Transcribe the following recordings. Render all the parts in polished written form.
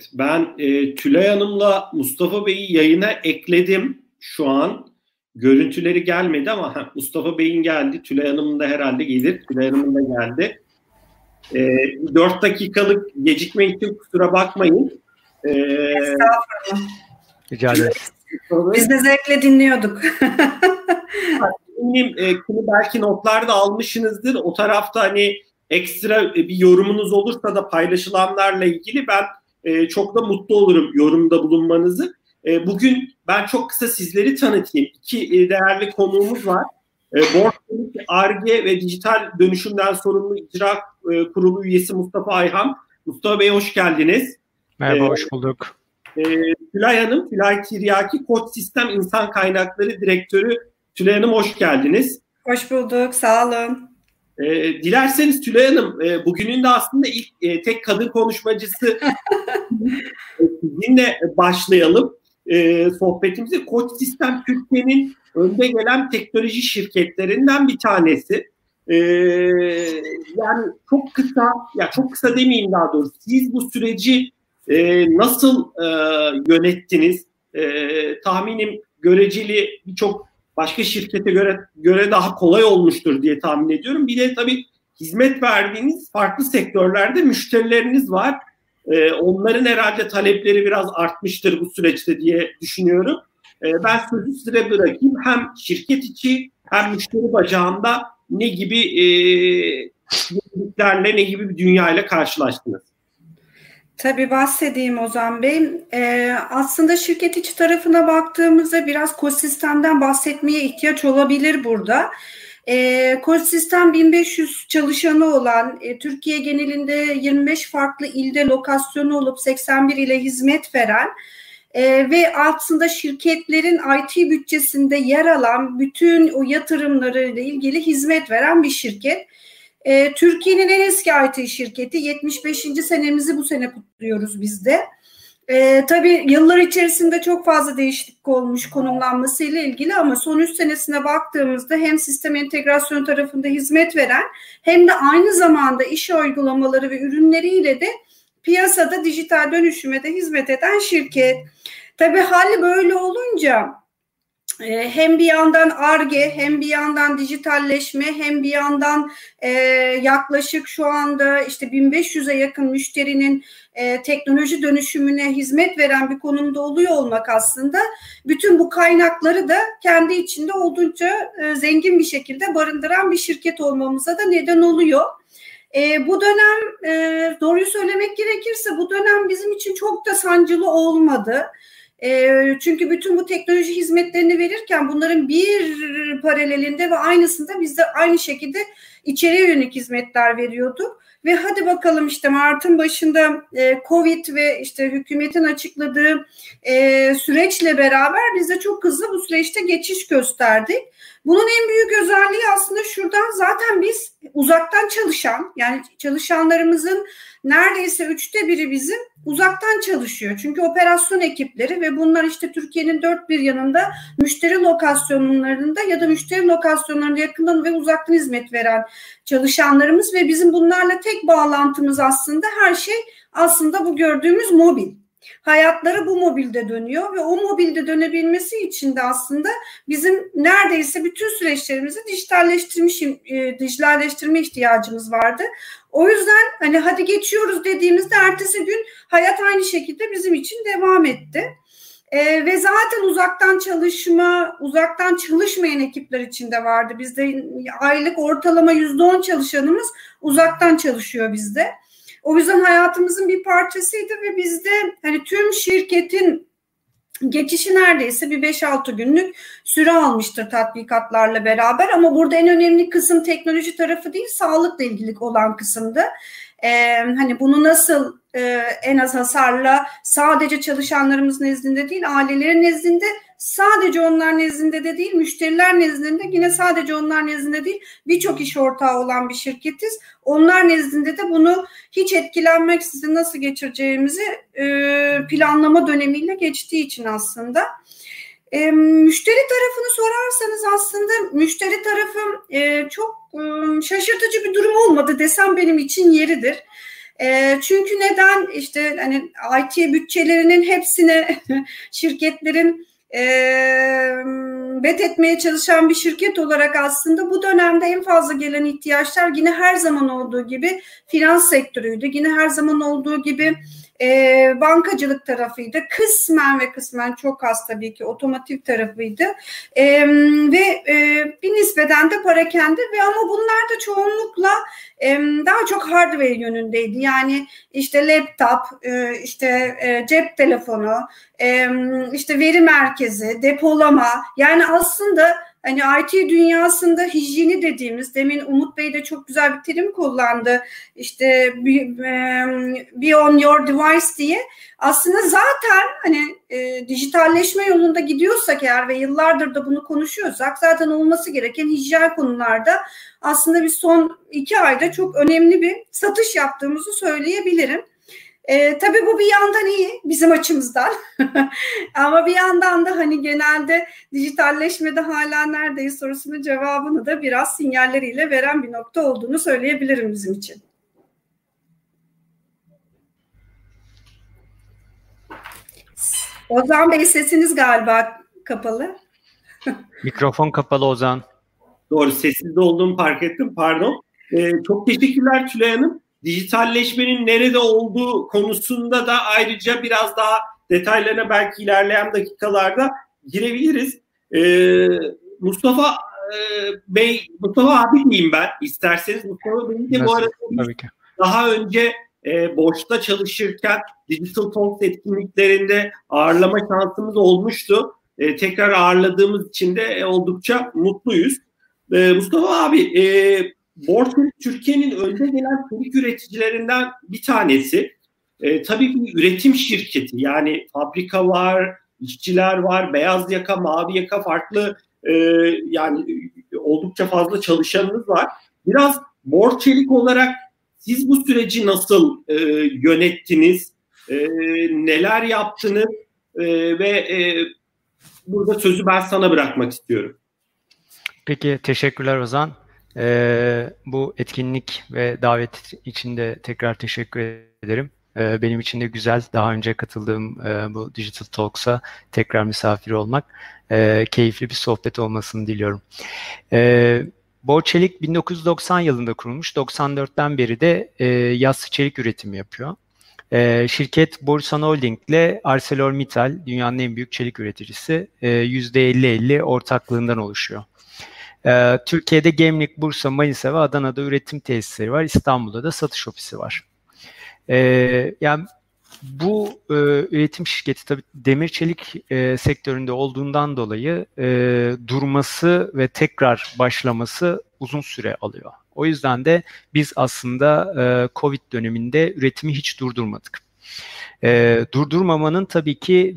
Evet, ben Tülay Hanım'la Mustafa Bey'i yayına ekledim şu an. Görüntüleri gelmedi ama Mustafa Bey'in geldi. Tülay Hanım'ın da herhalde gelir. Tülay Hanım'ın da geldi. 4 dakikalık gecikme için kusura bakmayın. Estağfurullah. Rica ederiz. Biz de zevkle dinliyorduk. Eminim belki notlarda almışsınızdır. O tarafta hani ekstra bir yorumunuz olursa da paylaşılanlarla ilgili ben çok da mutlu olurum yorumda bulunmanızı. Bugün ben çok kısa sizleri tanıtayım. İki değerli konuğumuz var. Borçluluk, Ar-Ge ve dijital dönüşümden sorumlu icra kurulu üyesi Mustafa Ayhan. Mustafa Bey hoş geldiniz. Merhaba, hoş bulduk. Tülay Hanım, Tülay Tiryaki, Koç Sistem İnsan Kaynakları Direktörü. Tülay Hanım hoş geldiniz. Hoş bulduk, sağ olun. Dilerseniz Tülay Hanım, bugünün de aslında ilk tek kadın konuşmacısı sizinle başlayalım sohbetimize. Koç Sistem Türkiye'nin önde gelen teknoloji şirketlerinden bir tanesi. Yani çok kısa demeyeyim daha doğrusu. Siz bu süreci nasıl yönettiniz? Tahminim göreceli birçok başka şirkete göre daha kolay olmuştur diye tahmin ediyorum. Bir de tabii hizmet verdiğiniz farklı sektörlerde müşterileriniz var. Onların herhalde talepleri biraz artmıştır bu süreçte diye düşünüyorum. Ben sözü size bırakayım. Hem şirket içi hem müşteri bacağında ne gibi yeniliklerle, ne gibi bir dünyayla karşılaştınız? Tabii bahsedeyim Ozan Bey. Aslında şirket içi tarafına baktığımızda biraz Koç Sistem'den bahsetmeye ihtiyaç olabilir burada. Koç Sistem 1500 çalışanı olan, Türkiye genelinde 25 farklı ilde lokasyonu olup 81 ile hizmet veren ve aslında şirketlerin IT bütçesinde yer alan bütün o yatırımlarıyla ilgili hizmet veren bir şirket. Türkiye'nin en eski IT şirketi, 75. senemizi bu sene kutluyoruz biz de. Tabii yıllar içerisinde çok fazla değişiklik olmuş konumlanmasıyla ilgili ama son 3 senesine baktığımızda hem sistem entegrasyon tarafında hizmet veren hem de aynı zamanda iş uygulamaları ve ürünleriyle de piyasada dijital dönüşüme de hizmet eden şirket. Tabii hali böyle olunca hem bir yandan Ar-Ge, hem bir yandan dijitalleşme, hem bir yandan yaklaşık şu anda işte 1500'e yakın müşterinin teknoloji dönüşümüne hizmet veren bir konumda oluyor olmak aslında bütün bu kaynakları da kendi içinde oldukça zengin bir şekilde barındıran bir şirket olmamıza da neden oluyor. Bu dönem doğruyu söylemek gerekirse bu dönem bizim için çok da sancılı olmadı. Çünkü bütün bu teknoloji hizmetlerini verirken bunların bir paralelinde ve aynısında biz de aynı şekilde içeriye yönelik hizmetler veriyorduk. Ve hadi bakalım işte Mart'ın başında Covid ve işte hükümetin açıkladığı süreçle beraber biz de çok hızlı bu süreçte geçiş gösterdik. Bunun en büyük özelliği aslında şuradan zaten biz uzaktan çalışan yani çalışanlarımızın neredeyse 1/3 bizim uzaktan çalışıyor. Çünkü operasyon ekipleri ve bunlar işte Türkiye'nin dört bir yanında müşteri lokasyonlarında ya da müşteri lokasyonlarında yakından ve uzaktan hizmet veren çalışanlarımız ve bizim bunlarla tek bağlantımız aslında her şey aslında bu gördüğümüz mobil. Hayatları bu mobilde dönüyor ve o mobilde dönebilmesi için de aslında bizim neredeyse bütün süreçlerimizi dijitalleştirme ihtiyacımız vardı. O yüzden hani hadi geçiyoruz dediğimizde ertesi gün hayat aynı şekilde bizim için devam etti. Ve zaten uzaktan çalışmayan ekipler içinde vardı. Bizde aylık ortalama %10 çalışanımız uzaktan çalışıyor bizde. O yüzden hayatımızın bir parçasıydı ve bizde hani tüm şirketin geçişi neredeyse bir 5-6 günlük süre almıştır tatbikatlarla beraber. Ama burada en önemli kısım teknoloji tarafı değil, sağlıkla ilgili olan kısımdı. Hani bunu nasıl en az hasarla sadece çalışanlarımız nezdinde değil, ailelerin nezdinde, sadece onlar nezdinde de değil, müşteriler nezdinde, yine sadece onlar nezdinde değil, birçok iş ortağı olan bir şirketiz. Onlar nezdinde de bunu hiç etkilenmeksizin nasıl geçireceğimizi planlama dönemiyle geçtiği için aslında. Müşteri tarafını sorarsanız aslında müşteri tarafı çok şaşırtıcı bir durum olmadı desem benim için yeridir. Çünkü neden? İşte hani IT bütçelerinin hepsine şirketlerin bet etmeye çalışan bir şirket olarak aslında bu dönemde en fazla gelen ihtiyaçlar yine her zaman olduğu gibi finans sektörüydü. Yine her zaman olduğu gibi bankacılık tarafıydı. Kısmen çok az tabii ki otomotiv tarafıydı. Ve bir nispeten de parakende ama bunlar da çoğunlukla daha çok hardware yönündeydi. Yani işte laptop, işte cep telefonu, işte veri merkezi, depolama. Yani aslında hani IT dünyasında hijyeni dediğimiz, demin Umut Bey de çok güzel bir terim kullandı. İşte be on your device diye. Aslında zaten hani dijitalleşme yolunda gidiyorsak eğer ve yıllardır da bunu konuşuyorsak zaten olması gereken hijyen konularda aslında biz son 2 ayda çok önemli bir satış yaptığımızı söyleyebilirim. Tabii bu bir yandan iyi bizim açımızdan ama bir yandan da hani genelde dijitalleşmede hala neredeyiz sorusunun cevabını da biraz sinyalleriyle veren bir nokta olduğunu söyleyebilirim bizim için. Ozan Bey sesiniz galiba kapalı. Mikrofon kapalı Ozan. Doğru, sessiz olduğumu fark ettim, pardon. Çok teşekkürler Tülay Hanım. Dijitalleşmenin nerede olduğu konusunda da ayrıca biraz daha detaylarına belki ilerleyen dakikalarda girebiliriz. Mustafa abi diyeyim ben isterseniz. Mustafa Bey'i de bu arada daha önce Boş'ta çalışırken Digital Talks etkinliklerinde ağırlama şansımız olmuştu. Tekrar ağırladığımız için de oldukça mutluyuz. Mustafa abi, Borçelik Türkiye'nin önde gelen çelik üreticilerinden bir tanesi. Tabii bir üretim şirketi, yani fabrika var, işçiler var, beyaz yaka, mavi yaka, farklı yani oldukça fazla çalışanınız var. Biraz Borçelik olarak siz bu süreci nasıl yönettiniz, neler yaptınız ve burada sözü ben sana bırakmak istiyorum. Peki, teşekkürler Ozan. Bu etkinlik ve davet için de tekrar teşekkür ederim. Benim için de güzel, daha önce katıldığım bu Digital Talks'a tekrar misafir olmak. Keyifli bir sohbet olmasını diliyorum. Borçelik 1990 yılında kurulmuş, 94'ten beri de yassı çelik üretimi yapıyor. Şirket Borusan Holding ile ArcelorMittal, dünyanın en büyük çelik üreticisi, %50-50 ortaklığından oluşuyor. Türkiye'de Gemlik, Bursa, Manisa ve Adana'da üretim tesisleri var. İstanbul'da da satış ofisi var. Yani bu üretim şirketi tabii demir çelik sektöründe olduğundan dolayı durması ve tekrar başlaması uzun süre alıyor. O yüzden de biz aslında Covid döneminde üretimi hiç durdurmadık. Durdurmamanın tabii ki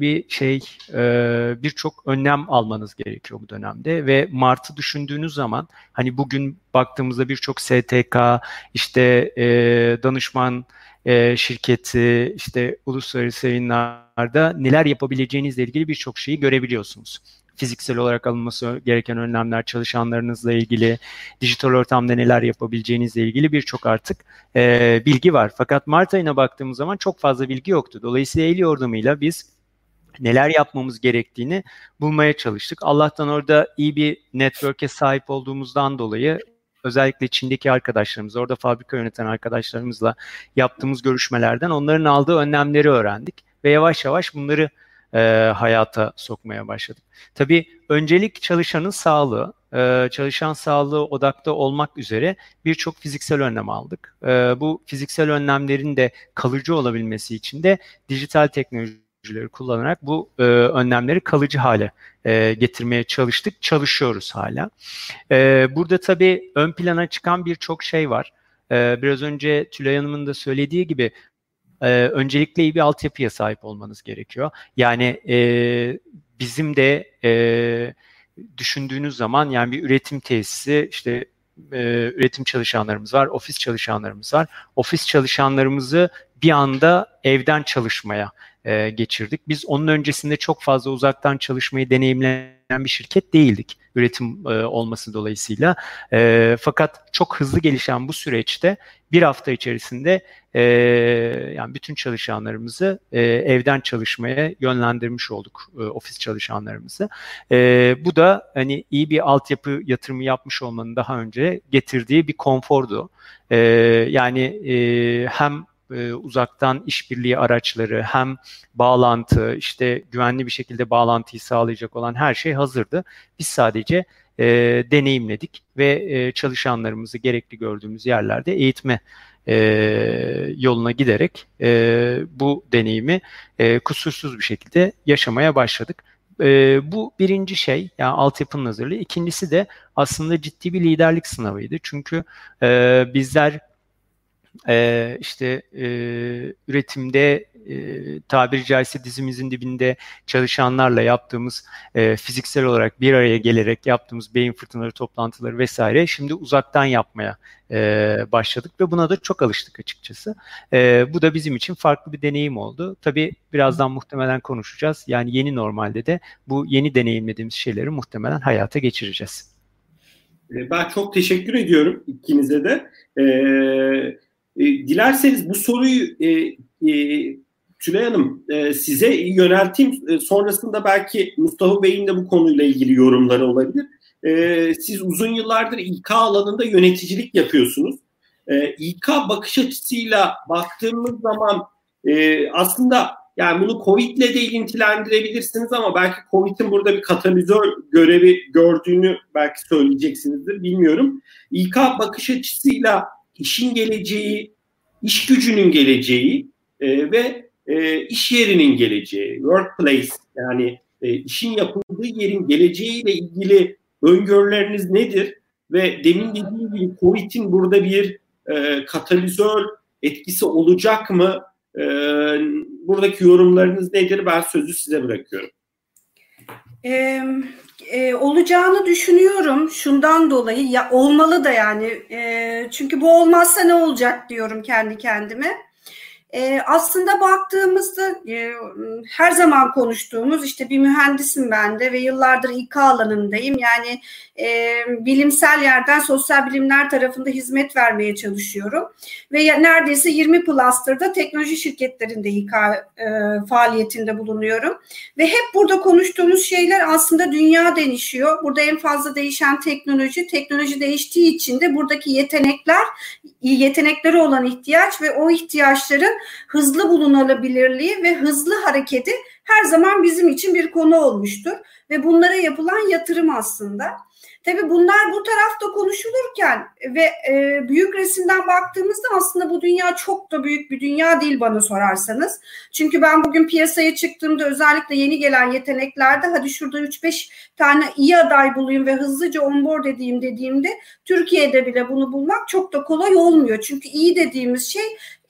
birçok önlem almanız gerekiyor bu dönemde ve Mart'ı düşündüğünüz zaman hani bugün baktığımızda birçok STK, işte danışman şirketi, işte uluslararası yayınlarda neler yapabileceğinizle ilgili birçok şeyi görebiliyorsunuz. Fiziksel olarak alınması gereken önlemler, çalışanlarınızla ilgili, dijital ortamda neler yapabileceğinizle ilgili birçok artık bilgi var. Fakat Mart ayına baktığımız zaman çok fazla bilgi yoktu. Dolayısıyla el yordamıyla biz neler yapmamız gerektiğini bulmaya çalıştık. Allah'tan orada iyi bir network'e sahip olduğumuzdan dolayı özellikle Çin'deki arkadaşlarımız, orada fabrika yöneten arkadaşlarımızla yaptığımız görüşmelerden onların aldığı önlemleri öğrendik ve yavaş yavaş bunları hayata sokmaya başladık. Tabii öncelik çalışanın sağlığı, çalışan sağlığı odakta olmak üzere birçok fiziksel önlem aldık. Bu fiziksel önlemlerin de kalıcı olabilmesi için de dijital teknolojileri kullanarak bu önlemleri kalıcı hale getirmeye çalıştık, çalışıyoruz hala. Burada tabii ön plana çıkan birçok şey var. Biraz önce Tülay Hanım'ın da söylediği gibi öncelikle iyi bir altyapıya sahip olmanız gerekiyor. Yani bizim de düşündüğünüz zaman yani bir üretim tesisi, işte üretim çalışanlarımız var, ofis çalışanlarımız var. Ofis çalışanlarımızı bir anda evden çalışmaya geçirdik. Biz onun öncesinde çok fazla uzaktan çalışmayı deneyimleyen bir şirket değildik. üretim olması dolayısıyla. Fakat çok hızlı gelişen bu süreçte bir hafta içerisinde yani bütün çalışanlarımızı evden çalışmaya yönlendirmiş olduk, ofis çalışanlarımızı. Bu da hani iyi bir altyapı yatırımı yapmış olmanın daha önce getirdiği bir konfordu. Yani hem uzaktan işbirliği araçları, hem bağlantı, işte güvenli bir şekilde bağlantıyı sağlayacak olan her şey hazırdı. Biz sadece deneyimledik ve çalışanlarımızı gerekli gördüğümüz yerlerde eğitme yoluna giderek bu deneyimi kusursuz bir şekilde yaşamaya başladık. Bu birinci şey, yani altyapının hazırlığı. İkincisi de aslında ciddi bir liderlik sınavıydı. Çünkü bizler üretimde tabiri caizse dizimizin dibinde çalışanlarla yaptığımız fiziksel olarak bir araya gelerek yaptığımız beyin fırtınaları, toplantıları vesaire şimdi uzaktan yapmaya başladık ve buna da çok alıştık açıkçası. Bu da bizim için farklı bir deneyim oldu. Tabii birazdan muhtemelen konuşacağız. Yani yeni normalde de bu yeni deneyimlediğimiz şeyleri muhtemelen hayata geçireceğiz. Ben çok teşekkür ediyorum ikinize de. Dilerseniz bu soruyu Tülay Hanım size yönelteyim. Sonrasında belki Mustafa Bey'in de bu konuyla ilgili yorumları olabilir. Siz uzun yıllardır İK alanında yöneticilik yapıyorsunuz. İK bakış açısıyla baktığımız zaman aslında yani bunu Covid'le de ilintilendirebilirsiniz ama belki Covid'in burada bir katalizör görevi gördüğünü belki söyleyeceksinizdir, bilmiyorum. İK bakış açısıyla işin geleceği, iş gücünün geleceği ve iş yerinin geleceği, workplace, yani işin yapıldığı yerin geleceğiyle ilgili öngörüleriniz nedir? Ve demin dediğim gibi Covid'in burada bir katalizör etkisi olacak mı? Buradaki yorumlarınız nedir? Ben sözü size bırakıyorum. Olacağını düşünüyorum şundan dolayı, ya olmalı da yani çünkü bu olmazsa ne olacak diyorum kendi kendime. Aslında baktığımızda her zaman konuştuğumuz, işte bir mühendisim ben de ve yıllardır İK alanındayım. Yani bilimsel yerden sosyal bilimler tarafında hizmet vermeye çalışıyorum. Ve neredeyse 20 cluster'da teknoloji şirketlerinde İK faaliyetinde bulunuyorum. Ve hep burada konuştuğumuz şeyler aslında dünya değişiyor. Burada en fazla değişen teknoloji değiştiği için de buradaki yetenekleri olan ihtiyaç ve o ihtiyaçların hızlı bulunabilirliği ve hızlı hareketi her zaman bizim için bir konu olmuştur. Ve bunlara yapılan yatırım aslında. Tabii bunlar bu tarafta konuşulurken ve büyük resimden baktığımızda aslında bu dünya çok da büyük bir dünya değil bana sorarsanız. Çünkü ben bugün piyasaya çıktığımda özellikle yeni gelen yeteneklerde hadi şurada 3-5 tane iyi aday bulayım ve hızlıca onboard edeyim dediğimde Türkiye'de bile bunu bulmak çok da kolay olmuyor. Çünkü iyi dediğimiz şey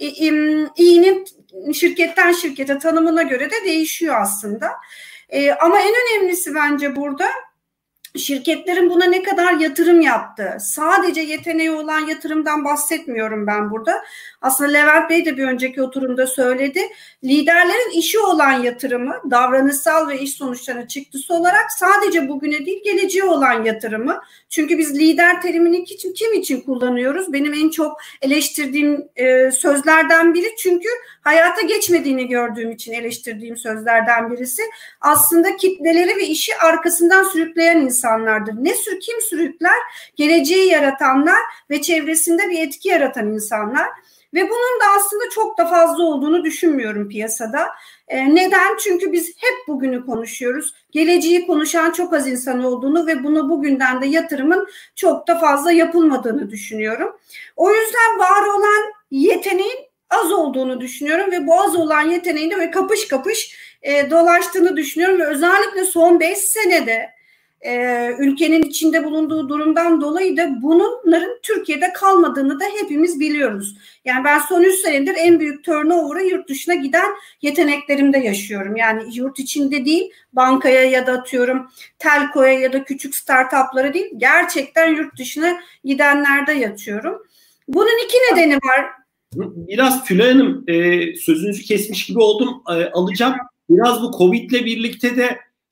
iyinin şirketten şirkete tanımına göre de değişiyor aslında. Ama en önemlisi bence burada şirketlerin buna ne kadar yatırım yaptığı. Sadece yeteneği olan yatırımdan bahsetmiyorum ben burada. Aslında Levent Bey de bir önceki oturumda söyledi. Liderlerin işi olan yatırımı, davranışsal ve iş sonuçlarına çıktısı olarak sadece bugüne değil geleceğe olan yatırımı. Çünkü biz lider terimini kim için kullanıyoruz? Benim en çok eleştirdiğim sözlerden biri, çünkü hayata geçmediğini gördüğüm için eleştirdiğim sözlerden birisi. Aslında kitleleri ve işi arkasından sürükleyen insanlardır. Kim sürükler? Geleceği yaratanlar ve çevresinde bir etki yaratan insanlar. Ve bunun da aslında çok da fazla olduğunu düşünmüyorum piyasada. Neden? Çünkü biz hep bugünü konuşuyoruz. Geleceği konuşan çok az insan olduğunu ve bunu bugünden de yatırımın çok da fazla yapılmadığını düşünüyorum. O yüzden var olan yeteneğin az olduğunu düşünüyorum ve bu az olan yeteneğin de kapış kapış dolaştığını düşünüyorum ve özellikle son 5 senede ülkenin içinde bulunduğu durumdan dolayı da bunların Türkiye'de kalmadığını da hepimiz biliyoruz. Yani ben son 3 senedir en büyük turnover'ı yurt dışına giden yeteneklerimde yaşıyorum. Yani yurt içinde değil, bankaya ya da atıyorum telkoya ya da küçük startuplara değil, gerçekten yurt dışına gidenlerde yatıyorum. Bunun 2 nedeni var. Biraz Tülay Hanım sözünüzü kesmiş gibi oldum, alacağım. Biraz bu Covid'le birlikte de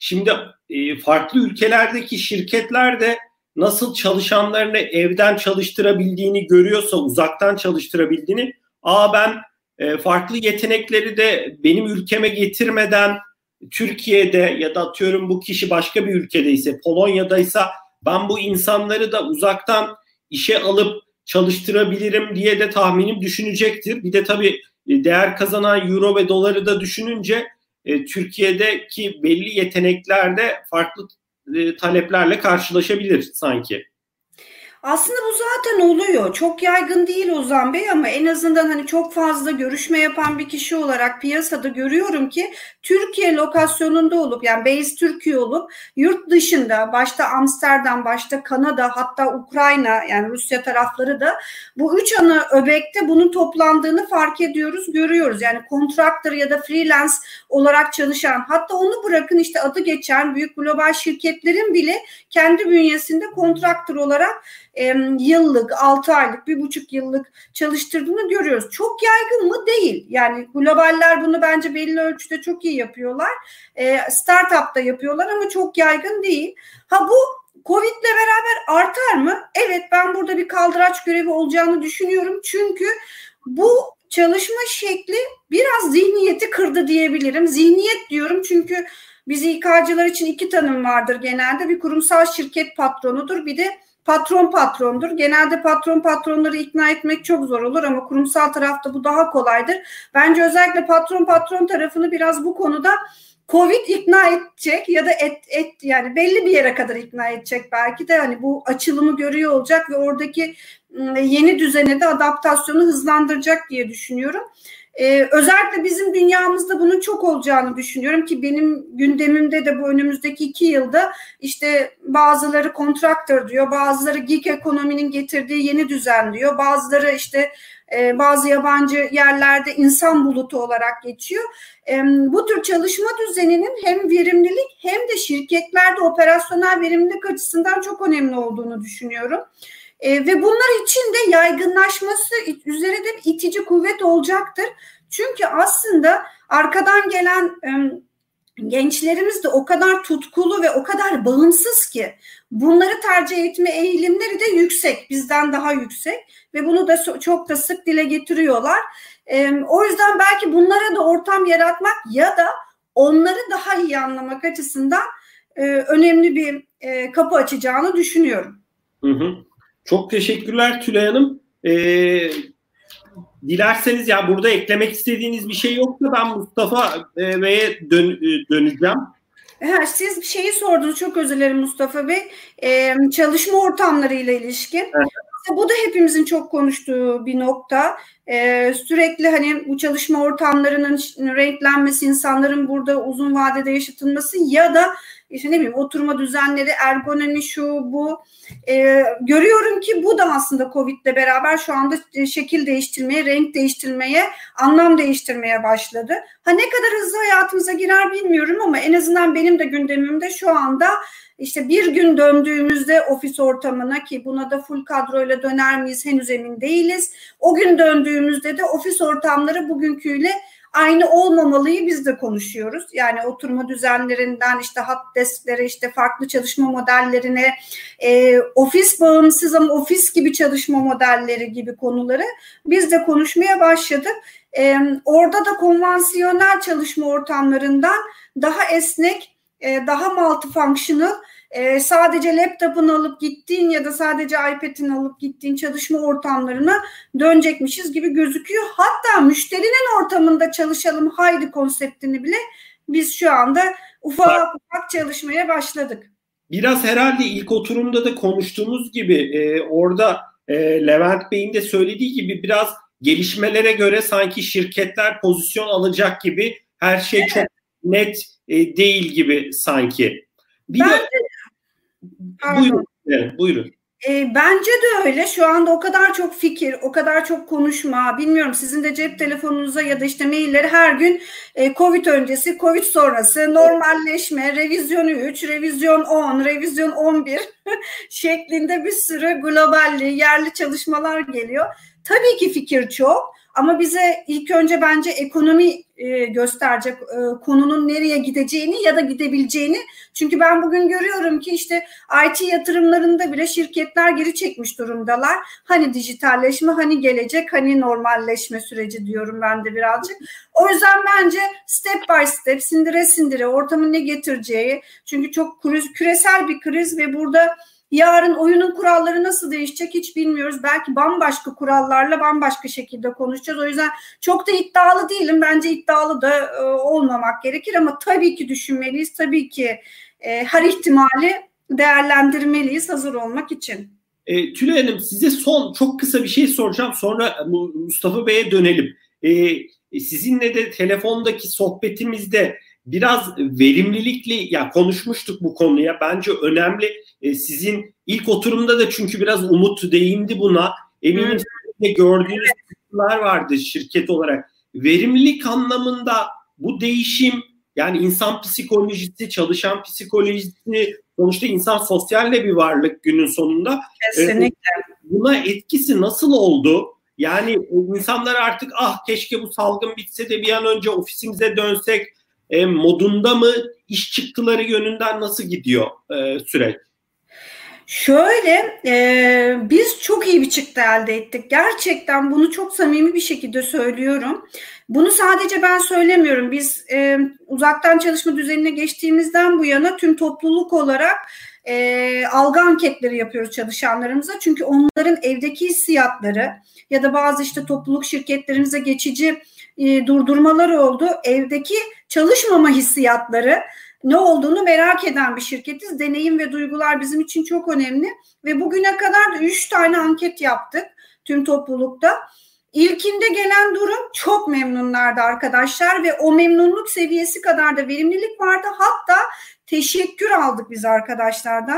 Şimdi farklı ülkelerdeki şirketler de nasıl çalışanlarını evden çalıştırabildiğini görüyorsa, uzaktan çalıştırabildiğini, ben farklı yetenekleri de benim ülkeme getirmeden Türkiye'de ya da atıyorum bu kişi başka bir ülkedeyse, Polonya'daysa ben bu insanları da uzaktan işe alıp çalıştırabilirim diye de tahminim düşünecektir. Bir de tabii değer kazanan euro ve doları da düşününce Türkiye'deki belli yeteneklerde farklı taleplerle karşılaşabilir sanki. Aslında bu zaten oluyor. Çok yaygın değil Ozan Bey ama en azından hani çok fazla görüşme yapan bir kişi olarak piyasada görüyorum ki Türkiye lokasyonunda olup, yani base Türkiye olup yurt dışında, başta Amsterdam, başta Kanada, hatta Ukrayna, yani Rusya tarafları da bu üç ana öbekte bunun toplandığını fark ediyoruz, görüyoruz. Yani kontraktör ya da freelance olarak çalışan, hatta onu bırakın işte adı geçen büyük global şirketlerin bile kendi bünyesinde kontraktör olarak yıllık, 6 aylık, 1,5 yıllık çalıştırdığını görüyoruz. Çok yaygın mı? Değil. Yani globaller bunu bence belli ölçüde çok iyi yapıyorlar. Startup'ta yapıyorlar ama çok yaygın değil. Bu Covid'le beraber artar mı? Evet, ben burada bir kaldıraç görevi olacağını düşünüyorum. Çünkü bu çalışma şekli biraz zihniyeti kırdı diyebilirim. Zihniyet diyorum çünkü biz İK'cılar için iki tanım vardır genelde. Bir kurumsal şirket patronudur, bir de patrondur. Genelde patronları ikna etmek çok zor olur ama kurumsal tarafta bu daha kolaydır. Bence özellikle patron tarafını biraz bu konuda Covid ikna edecek ya da yani belli bir yere kadar ikna edecek belki de, hani bu açılımı görüyor olacak ve oradaki yeni düzene de adaptasyonu hızlandıracak diye düşünüyorum. Özellikle bizim dünyamızda bunun çok olacağını düşünüyorum ki benim gündemimde de bu önümüzdeki 2 yılda işte bazıları kontraktör diyor, bazıları gig ekonominin getirdiği yeni düzen diyor, bazıları işte bazı yabancı yerlerde insan bulutu olarak geçiyor. Bu tür çalışma düzeninin hem verimlilik hem de şirketlerde operasyonel verimlilik açısından çok önemli olduğunu düşünüyorum. Ve bunlar için de yaygınlaşması üzere de itici kuvvet olacaktır. Çünkü aslında arkadan gelen gençlerimiz de o kadar tutkulu ve o kadar bağımsız ki bunları tercih etme eğilimleri de yüksek, bizden daha yüksek ve bunu da çok da sık dile getiriyorlar. O yüzden belki bunlara da ortam yaratmak ya da onları daha iyi anlamak açısından önemli bir kapı açacağını düşünüyorum. Çok teşekkürler Tülay Hanım. Dilerseniz ya burada eklemek istediğiniz bir şey yoksa ben Mustafa Bey'e döneceğim. Siz bir şeyi sordunuz, çok özür dilerim Mustafa Bey. Çalışma ortamlarıyla ilişkin. Evet. Bu da hepimizin çok konuştuğu bir nokta. Sürekli hani bu çalışma ortamlarının renklenmesi, insanların burada uzun vadede yaşatılması ya da işte ne bileyim oturma düzenleri, ergonomi, şu bu. Görüyorum ki bu da aslında Covid'le beraber şu anda şekil değiştirmeye, renk değiştirmeye, anlam değiştirmeye başladı. Ne kadar hızlı hayatımıza girer bilmiyorum ama en azından benim de gündemimde şu anda işte bir gün döndüğümüzde ofis ortamına, ki buna da full kadroyla döner miyiz henüz emin değiliz. O gün döndüğümüzde de ofis ortamları bugünküyle aynı olmamalıyı biz de konuşuyoruz. Yani oturma düzenlerinden işte hot desklere, işte farklı çalışma modellerine, ofis bağımsız ama ofis gibi çalışma modelleri gibi konuları biz de konuşmaya başladık. Orada da konvansiyonel çalışma ortamlarından daha esnek, daha multifunctional, sadece laptopunu alıp gittiğin ya da sadece iPad'ini alıp gittiğin çalışma ortamlarına dönecekmişiz gibi gözüküyor. Hatta müşterinin ortamında çalışalım haydi konseptini bile biz şu anda ufak çalışmaya başladık. Biraz herhalde ilk oturumda da konuştuğumuz gibi orada Levent Bey'in de söylediği gibi biraz gelişmelere göre sanki şirketler pozisyon alacak gibi, her şey çok net değil gibi sanki. Buyurun. Bence de öyle. Şu anda o kadar çok fikir, o kadar çok konuşma. Bilmiyorum, sizin de cep telefonunuza ya da işte mailleri her gün Covid öncesi, Covid sonrası, normalleşme, revizyon 3, revizyon 10, revizyon 11 şeklinde bir sürü globalli, yerli çalışmalar geliyor. Tabii ki fikir çok Ama bize ilk önce bence ekonomi gösterecek konunun nereye gideceğini ya da gidebileceğini. Çünkü ben bugün görüyorum ki işte IT yatırımlarında bile şirketler geri çekmiş durumdalar. Hani dijitalleşme, hani gelecek, hani normalleşme süreci diyorum ben de birazcık. O yüzden bence step by step, sindire sindire ortamın ne getireceği. Çünkü çok küresel bir kriz ve burada yarın oyunun kuralları nasıl değişecek hiç bilmiyoruz. Belki bambaşka kurallarla bambaşka şekilde konuşacağız. O yüzden çok da iddialı değilim. Bence iddialı da olmamak gerekir ama tabii ki düşünmeliyiz. Tabii ki her ihtimali değerlendirmeliyiz hazır olmak için. Tülay Hanım, size son çok kısa bir şey soracağım. Sonra Mustafa Bey'e dönelim. Sizinle de telefondaki sohbetimizde biraz verimlilikle konuşmuştuk bu konuya. Bence önemli. Sizin ilk oturumda da çünkü biraz Umut değindi buna. Eminim de gördüğünüz kısımlar vardı şirket olarak. Verimlilik anlamında bu değişim, yani insan psikolojisi, çalışan psikolojisi, sonuçta insan sosyal de bir varlık günün sonunda. Kesinlikle. Buna etkisi nasıl oldu? Yani insanlar artık keşke bu salgın bitse de bir an önce ofisimize dönsek modunda mı? İş çıktıları yönünden nasıl gidiyor süreç? Şöyle, biz çok iyi bir çıktı elde ettik. Gerçekten bunu çok samimi bir şekilde söylüyorum. Bunu sadece ben söylemiyorum. Biz uzaktan çalışma düzenine geçtiğimizden bu yana tüm topluluk olarak algı anketleri yapıyoruz çalışanlarımıza. Çünkü onların evdeki hissiyatları ya da bazı işte topluluk şirketlerimize geçici durdurmalar oldu. Evdeki çalışmama hissiyatları ne olduğunu merak eden bir şirketiz. Deneyim ve duygular bizim için çok önemli. Ve bugüne kadar da 3 tane anket yaptık tüm toplulukta. İlkinde gelen durum çok memnunlardı arkadaşlar ve o memnunluk seviyesi kadar da verimlilik vardı. Hatta teşekkür aldık biz arkadaşlardan.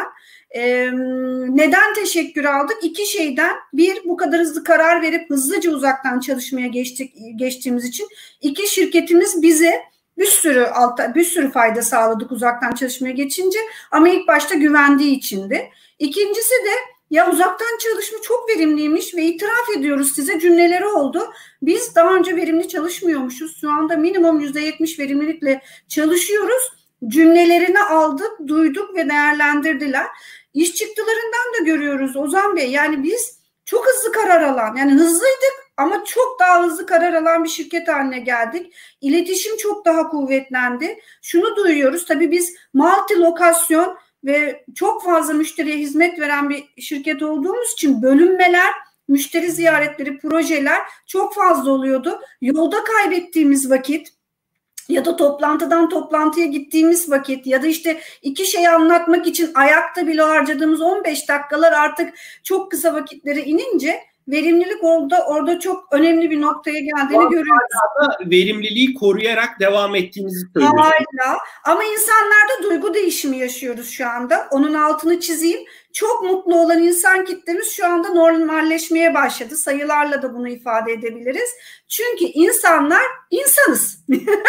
Neden teşekkür aldık? 2 şeyden. Bir, bu kadar hızlı karar verip hızlıca uzaktan çalışmaya geçtiğimiz için. 2, şirketimiz bize bir sürü fayda sağladık uzaktan çalışmaya geçince ama ilk başta güvendiği içindi. İkincisi de ya uzaktan çalışma çok verimliymiş ve itiraf ediyoruz size cümleleri oldu. Biz daha önce verimli çalışmıyormuşuz. Şu anda minimum %70 verimlilikle çalışıyoruz. Cümlelerini aldık, duyduk ve değerlendirdiler. İş çıktılarından da görüyoruz Ozan Bey. Yani biz çok hızlı karar alan, yani hızlıydık ama çok daha hızlı karar alan bir şirket haline geldik. İletişim çok daha kuvvetlendi. Şunu duyuyoruz, tabii biz multi lokasyon ve çok fazla müşteriye hizmet veren bir şirket olduğumuz için bölünmeler, müşteri ziyaretleri, projeler çok fazla oluyordu. Yolda kaybettiğimiz vakit ya da toplantıdan toplantıya gittiğimiz vakit ya da işte 2 şeyi anlatmak için ayakta bile harcadığımız 15 dakikalar artık çok kısa vakitlere inince verimlilik orada çok önemli bir noktaya geldiğini görüyoruz. Hala verimliliği koruyarak devam ettiğimizi söylüyoruz. Hala. Ama insanlarda duygu değişimi yaşıyoruz şu anda. Onun altını çizeyim. Çok mutlu olan insan kitlemiz şu anda normalleşmeye başladı. Sayılarla da bunu ifade edebiliriz. Çünkü insanlar insanız.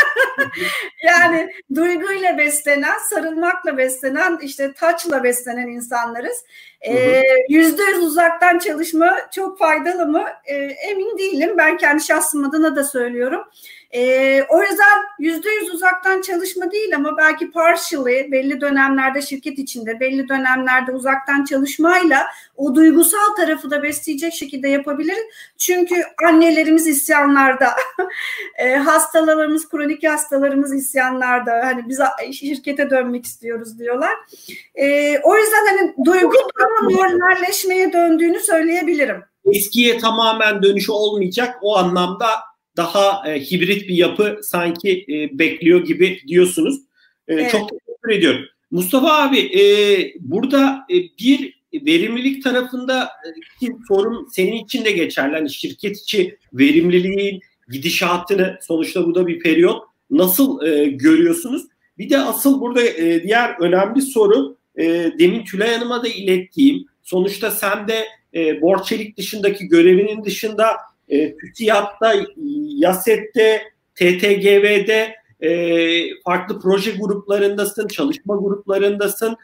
Yani duyguyla beslenen, sarılmakla beslenen, işte touch'la beslenen insanlarız. %100 uzaktan çalışma çok faydalı mı? Emin değilim. Ben kendi şahsım adına da söylüyorum. O yüzden %100 uzaktan çalışma değil ama belki partially belli dönemlerde şirket içinde, belli dönemlerde uzaktan çalışmayla o duygusal tarafı da besleyecek şekilde yapabiliriz. Çünkü annelerimiz isyanlarda, hastalarımız, kronik hastalarımız isyanlarda. Hani biz şirkete dönmek istiyoruz diyorlar. O yüzden hani duygu normalleşmeye döndüğünü söyleyebilirim. Eskiye tamamen dönüş olmayacak. O anlamda daha hibrit bir yapı sanki bekliyor gibi diyorsunuz. Evet. Çok teşekkür ediyorum. Mustafa abi, burada bir verimlilik tarafındaki sorun senin için de geçerli. Hani şirket içi verimliliğin gidişatını, sonuçta bu da bir periyot, nasıl görüyorsunuz? Bir de asıl burada diğer önemli soru, demin Tülay Hanım'a da ilettiğim, sonuçta sen de Borçelik dışındaki görevinin dışında TÜSİAD'da, YASET'te, TTGV'de farklı proje gruplarındasın, çalışma gruplarındasın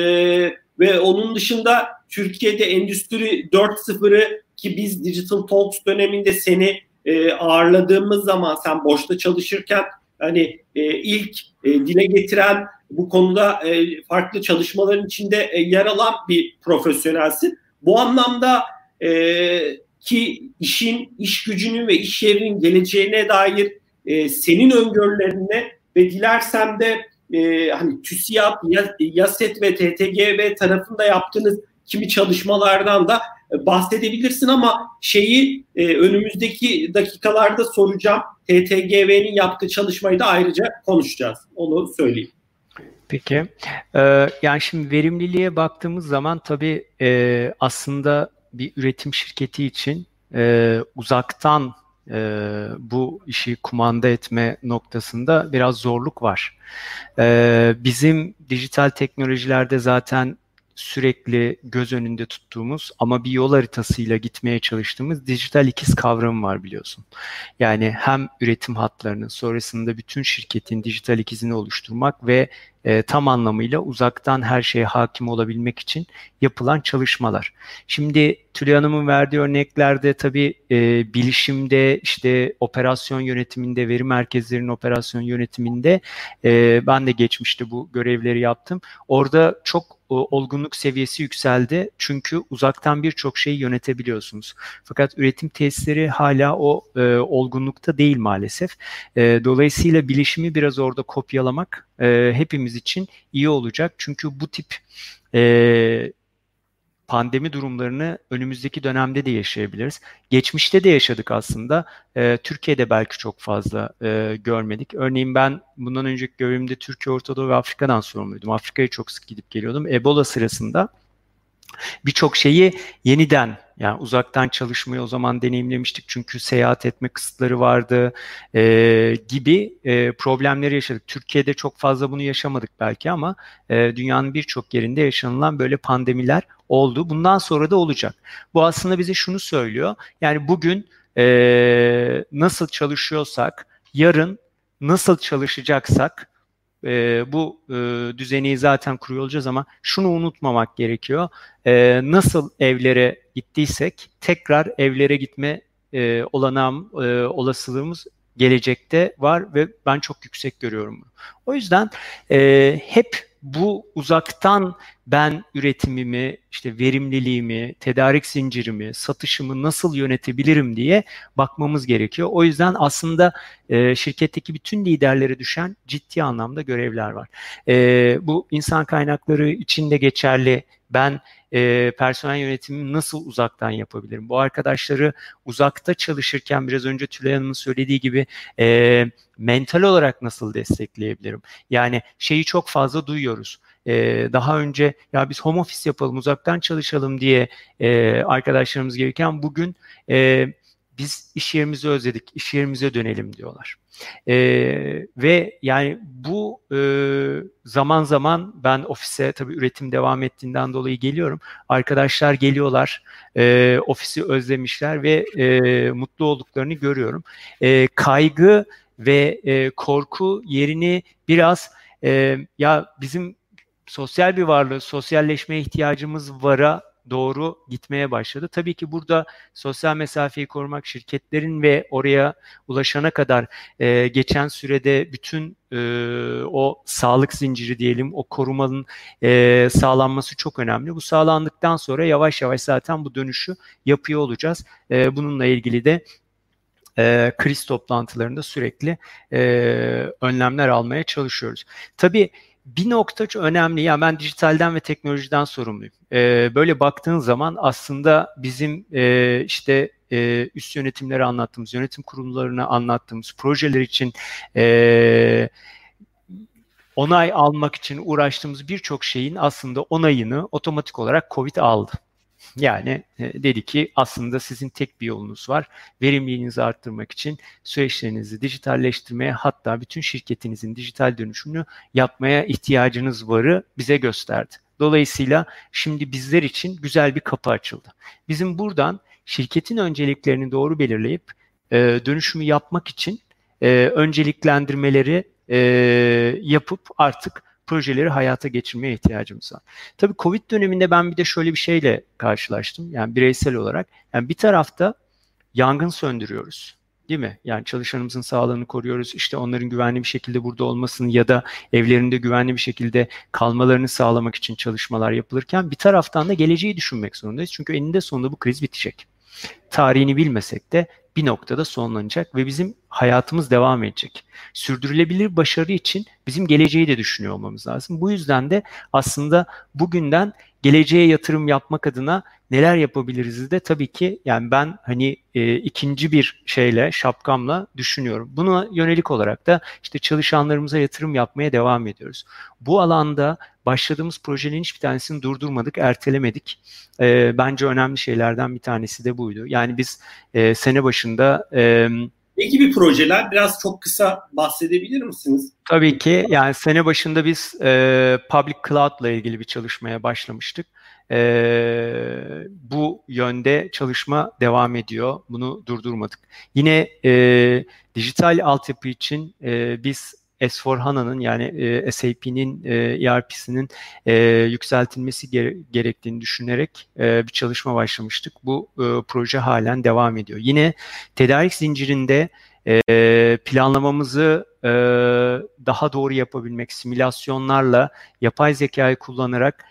ve onun dışında Türkiye'de Endüstri 4.0'ı, ki biz Digital Talks döneminde seni ağırladığımız zaman sen boşta çalışırken hani ilk dile getiren bu konuda farklı çalışmaların içinde yer alan bir profesyonelsin. Bu anlamda ki işin, iş gücünün ve iş yerinin geleceğine dair senin öngörülerine ve dilersem de hani TÜSİAD, YASET ve TTGV tarafında yaptığınız kimi çalışmalardan da bahsedebilirsin ama önümüzdeki dakikalarda soracağım. TTGV'nin yaptığı çalışmayı da ayrıca konuşacağız. Onu söyleyeyim. Peki. Yani şimdi verimliliğe baktığımız zaman tabii aslında bir üretim şirketi için uzaktan bu işi kumanda etme noktasında biraz zorluk var. Bizim dijital teknolojilerde zaten sürekli göz önünde tuttuğumuz ama bir yol haritasıyla gitmeye çalıştığımız dijital ikiz kavramı var biliyorsun. Yani hem üretim hatlarının sonrasında bütün şirketin dijital ikizini oluşturmak ve tam anlamıyla uzaktan her şeye hakim olabilmek için yapılan çalışmalar. Şimdi Tülay Hanım'ın verdiği örneklerde tabii bilişimde, işte operasyon yönetiminde, veri merkezlerinin operasyon yönetiminde ben de geçmişte bu görevleri yaptım. Orada çok olgunluk seviyesi yükseldi. Çünkü uzaktan birçok şeyi yönetebiliyorsunuz. Fakat üretim tesisleri hala o olgunlukta değil maalesef. Dolayısıyla bilişimi biraz orada kopyalamak hepimiz için iyi olacak. Çünkü bu tip pandemi durumlarını önümüzdeki dönemde de yaşayabiliriz. Geçmişte de yaşadık aslında. Türkiye'de belki çok fazla görmedik. Örneğin ben bundan önceki görevimde Türkiye, Orta Doğu ve Afrika'dan sorumluydum. Afrika'ya çok sık gidip geliyordum. Ebola sırasında birçok şeyi yeniden, yani uzaktan çalışmayı o zaman deneyimlemiştik çünkü seyahat etme kısıtları vardı gibi problemleri yaşadık. Türkiye'de çok fazla bunu yaşamadık belki ama dünyanın birçok yerinde yaşanılan böyle pandemiler oldu. Bundan sonra da olacak. Bu aslında bize şunu söylüyor. Yani bugün nasıl çalışıyorsak, yarın nasıl çalışacaksak bu düzeni zaten kuruyor olacağız ama şunu unutmamak gerekiyor. Nasıl evlere gittiysek tekrar evlere gitme olasılığımız gelecekte var ve ben çok yüksek görüyorum bunu. O yüzden hep bu uzaktan ben üretimimi, işte verimliliğimi, tedarik zincirimi, satışımı nasıl yönetebilirim diye bakmamız gerekiyor. O yüzden aslında şirketteki bütün liderlere düşen ciddi anlamda görevler var. Bu insan kaynakları için de geçerli. Ben personel yönetimimi nasıl uzaktan yapabilirim? Bu arkadaşları uzakta çalışırken biraz önce Tülay Hanım'ın söylediği gibi mental olarak nasıl destekleyebilirim? Yani şeyi çok fazla duyuyoruz. Daha önce ya biz home office yapalım, uzaktan çalışalım diye arkadaşlarımız gelirken bugün biz iş yerimizi özledik, iş yerimize dönelim diyorlar. Ve yani bu zaman zaman ben ofise tabii üretim devam ettiğinden dolayı geliyorum. Arkadaşlar geliyorlar, ofisi özlemişler ve mutlu olduklarını görüyorum. Kaygı ve korku yerini biraz ya bizim sosyal bir varlığı, sosyalleşmeye ihtiyacımız vara doğru gitmeye başladı. Tabii ki burada sosyal mesafeyi korumak, şirketlerin ve oraya ulaşana kadar geçen sürede bütün o sağlık zinciri diyelim, o korumanın sağlanması çok önemli. Bu sağlandıktan sonra yavaş yavaş zaten bu dönüşü yapıyor olacağız. Bununla ilgili de kriz toplantılarında sürekli önlemler almaya çalışıyoruz. Tabii bir nokta çok önemli. Ya ben dijitalden ve teknolojiden sorumluyum. Böyle baktığın zaman aslında bizim işte üst yönetimleri anlattığımız, yönetim kurullarını anlattığımız projeler için onay almak için uğraştığımız birçok şeyin aslında onayını otomatik olarak COVID aldı. Yani dedi ki aslında sizin tek bir yolunuz var. Verimliliğinizi arttırmak için süreçlerinizi dijitalleştirmeye, hatta bütün şirketinizin dijital dönüşümünü yapmaya ihtiyacınız varı bize gösterdi. Dolayısıyla şimdi bizler için güzel bir kapı açıldı. Bizim buradan şirketin önceliklerini doğru belirleyip dönüşümü yapmak için önceliklendirmeleri yapıp artık projeleri hayata geçirmeye ihtiyacımız var. Tabii Covid döneminde ben bir de şöyle bir şeyle karşılaştım. Yani bireysel olarak. Yani bir tarafta yangın söndürüyoruz. Değil mi? Yani çalışanımızın sağlığını koruyoruz. İşte onların güvenli bir şekilde burada olmasını ya da evlerinde güvenli bir şekilde kalmalarını sağlamak için çalışmalar yapılırken bir taraftan da geleceği düşünmek zorundayız. Çünkü eninde sonunda bu kriz bitecek. Tarihini bilmesek de bir noktada sonlanacak ve bizim hayatımız devam edecek. Sürdürülebilir başarı için bizim geleceği de düşünüyor olmamız lazım. Bu yüzden de aslında bugünden geleceğe yatırım yapmak adına neler yapabiliriz de tabii ki yani ben hani ikinci bir şeyle, şapkamla düşünüyorum. Buna yönelik olarak da işte çalışanlarımıza yatırım yapmaya devam ediyoruz. Bu alanda başladığımız projelerin hiçbir tanesini durdurmadık, ertelemedik. Bence önemli şeylerden bir tanesi de buydu. Yani biz sene başında... Ne gibi projeler? Biraz çok kısa bahsedebilir misiniz? Tabii ki. Yani sene başında biz Public Cloud'la ilgili bir çalışmaya başlamıştık. Bu yönde çalışma devam ediyor. Bunu durdurmadık. Yine dijital altyapı için biz S/4HANA'nın yani SAP'nin ERP'sinin yükseltilmesi gerektiğini düşünerek bir çalışma başlamıştık. Bu proje halen devam ediyor. Yine tedarik zincirinde planlamamızı daha doğru yapabilmek, simülasyonlarla, yapay zekayı kullanarak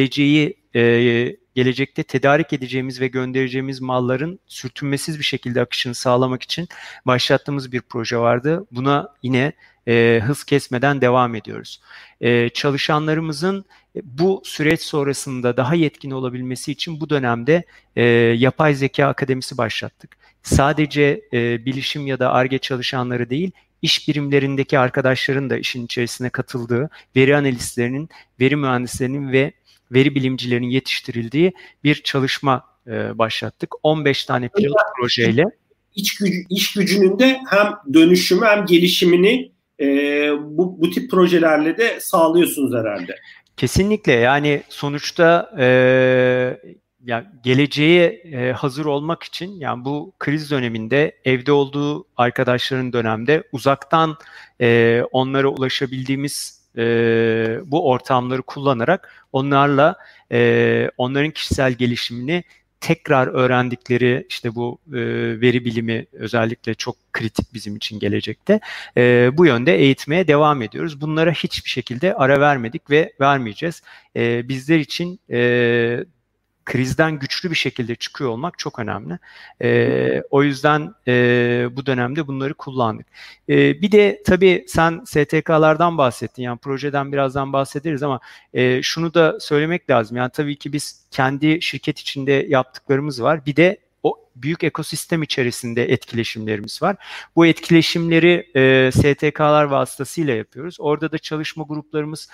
gelecekte tedarik edeceğimiz ve göndereceğimiz malların sürtünmesiz bir şekilde akışını sağlamak için başlattığımız bir proje vardı. Buna yine hız kesmeden devam ediyoruz. Çalışanlarımızın bu süreç sonrasında daha yetkin olabilmesi için bu dönemde Yapay Zeka Akademisi başlattık. Sadece bilişim ya da Ar-Ge çalışanları değil, iş birimlerindeki arkadaşların da işin içerisine katıldığı, veri analistlerinin, veri mühendislerinin ve veri bilimcilerinin yetiştirildiği bir çalışma başlattık. 15 tane pilot projeyle. İş gücünün de hem dönüşümü hem gelişimini bu tip projelerle de sağlıyorsunuz herhalde. Kesinlikle, yani sonuçta yani geleceğe hazır olmak için, yani bu kriz döneminde evde olduğu arkadaşların dönemde uzaktan onlara ulaşabildiğimiz bu ortamları kullanarak onlarla onların kişisel gelişimini tekrar öğrendikleri işte bu veri bilimi özellikle çok kritik bizim için gelecekte. Bu yönde eğitmeye devam ediyoruz. Bunlara hiçbir şekilde ara vermedik ve vermeyeceğiz. Bizler için krizden güçlü bir şekilde çıkıyor olmak çok önemli. O yüzden bu dönemde bunları kullandık. Bir de tabii sen STK'lardan bahsettin. Yani projeden birazdan bahsederiz ama şunu da söylemek lazım. Yani tabii ki biz kendi şirket içinde yaptıklarımız var. Bir de o büyük ekosistem içerisinde etkileşimlerimiz var. Bu etkileşimleri STK'lar vasıtasıyla yapıyoruz. Orada da çalışma gruplarımız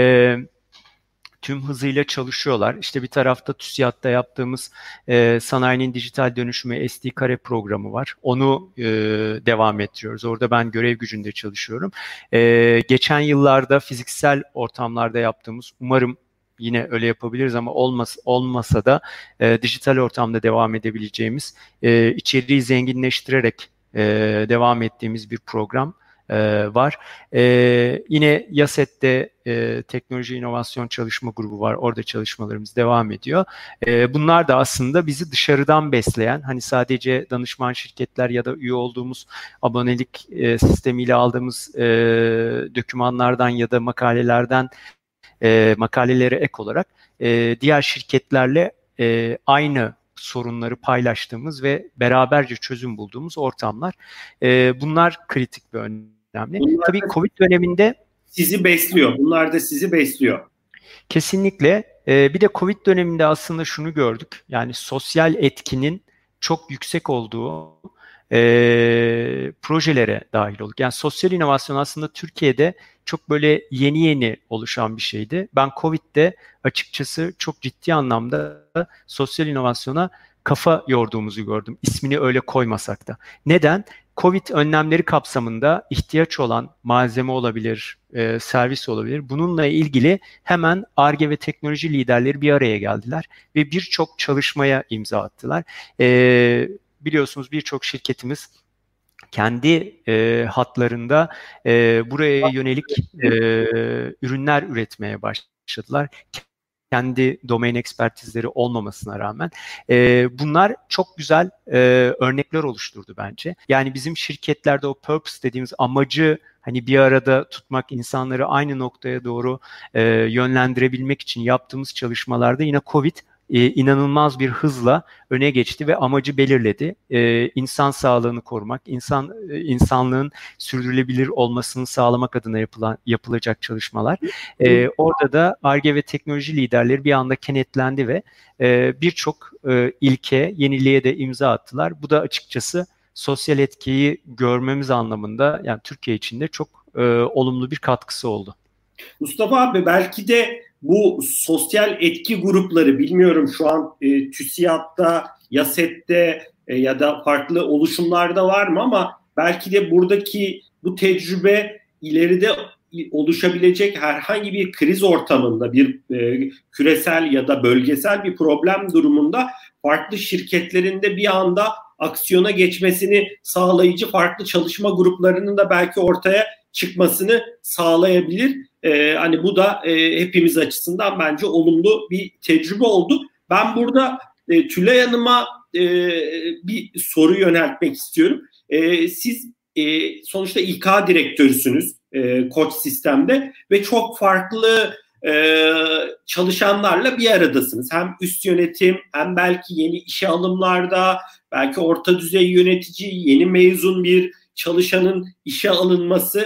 tüm hızıyla çalışıyorlar. İşte bir tarafta TÜSİAD'da yaptığımız sanayinin dijital dönüşümü SD-Kare programı var. Onu devam ettiriyoruz. Orada ben görev gücünde çalışıyorum. Geçen yıllarda fiziksel ortamlarda yaptığımız, umarım yine öyle yapabiliriz ama olmasa da dijital ortamda devam edebileceğimiz, içeriği zenginleştirerek devam ettiğimiz bir program var. Yine YASET'te Teknoloji İnovasyon Çalışma Grubu var. Orada çalışmalarımız devam ediyor. Bunlar da aslında bizi dışarıdan besleyen, hani sadece danışman şirketler ya da üye olduğumuz abonelik sistemiyle aldığımız dokümanlardan ya da makalelerden makalelere ek olarak diğer şirketlerle aynı sorunları paylaştığımız ve beraberce çözüm bulduğumuz ortamlar. Bunlar kritik ve önemli. Bunlar tabii Covid döneminde sizi besliyor. Bunlar da sizi besliyor. Kesinlikle. Bir de Covid döneminde aslında şunu gördük. Yani sosyal etkinin çok yüksek olduğu projelere dahil olduk. Yani sosyal inovasyon aslında Türkiye'de çok böyle yeni oluşan bir şeydi. Ben Covid'de açıkçası çok ciddi anlamda sosyal inovasyona kafa yorduğumuzu gördüm. İsmini öyle koymasak da. Neden? Covid önlemleri kapsamında ihtiyaç olan malzeme olabilir, servis olabilir. Bununla ilgili hemen Ar-Ge ve teknoloji liderleri bir araya geldiler ve birçok çalışmaya imza attılar. Biliyorsunuz birçok şirketimiz kendi hatlarında buraya yönelik ürünler üretmeye başladılar. kendi domain ekspertizleri olmamasına rağmen bunlar çok güzel örnekler oluşturdu bence. Yani bizim şirketlerde o purpose dediğimiz amacı hani bir arada tutmak, insanları aynı noktaya doğru yönlendirebilmek için yaptığımız çalışmalarda yine COVID inanılmaz bir hızla öne geçti ve amacı belirledi. İnsan sağlığını korumak, insanlığın sürdürülebilir olmasını sağlamak adına yapılacak çalışmalar. Orada da Ar-Ge ve teknoloji liderleri bir anda kenetlendi ve birçok ilke, yeniliğe de imza attılar. Bu da açıkçası sosyal etkiyi görmemiz anlamında, yani Türkiye için de çok olumlu bir katkısı oldu. Mustafa abi, belki de bu sosyal etki grupları, bilmiyorum şu an TÜSİAD'da, YASET'te ya da farklı oluşumlarda var mı, ama belki de buradaki bu tecrübe ileride oluşabilecek herhangi bir kriz ortamında, bir küresel ya da bölgesel bir problem durumunda farklı şirketlerinde bir anda aksiyona geçmesini sağlayıcı farklı çalışma gruplarının da belki ortaya çıkmasını sağlayabilir. Hani bu da hepimiz açısından bence olumlu bir tecrübe oldu. Ben burada Tülay Hanım'a bir soru yöneltmek istiyorum. Siz sonuçta İK direktörüsünüz Koç Sistem'de ve çok farklı çalışanlarla bir aradasınız. Hem üst yönetim, hem belki yeni işe alımlarda, belki orta düzey yönetici, yeni mezun bir çalışanın işe alınması.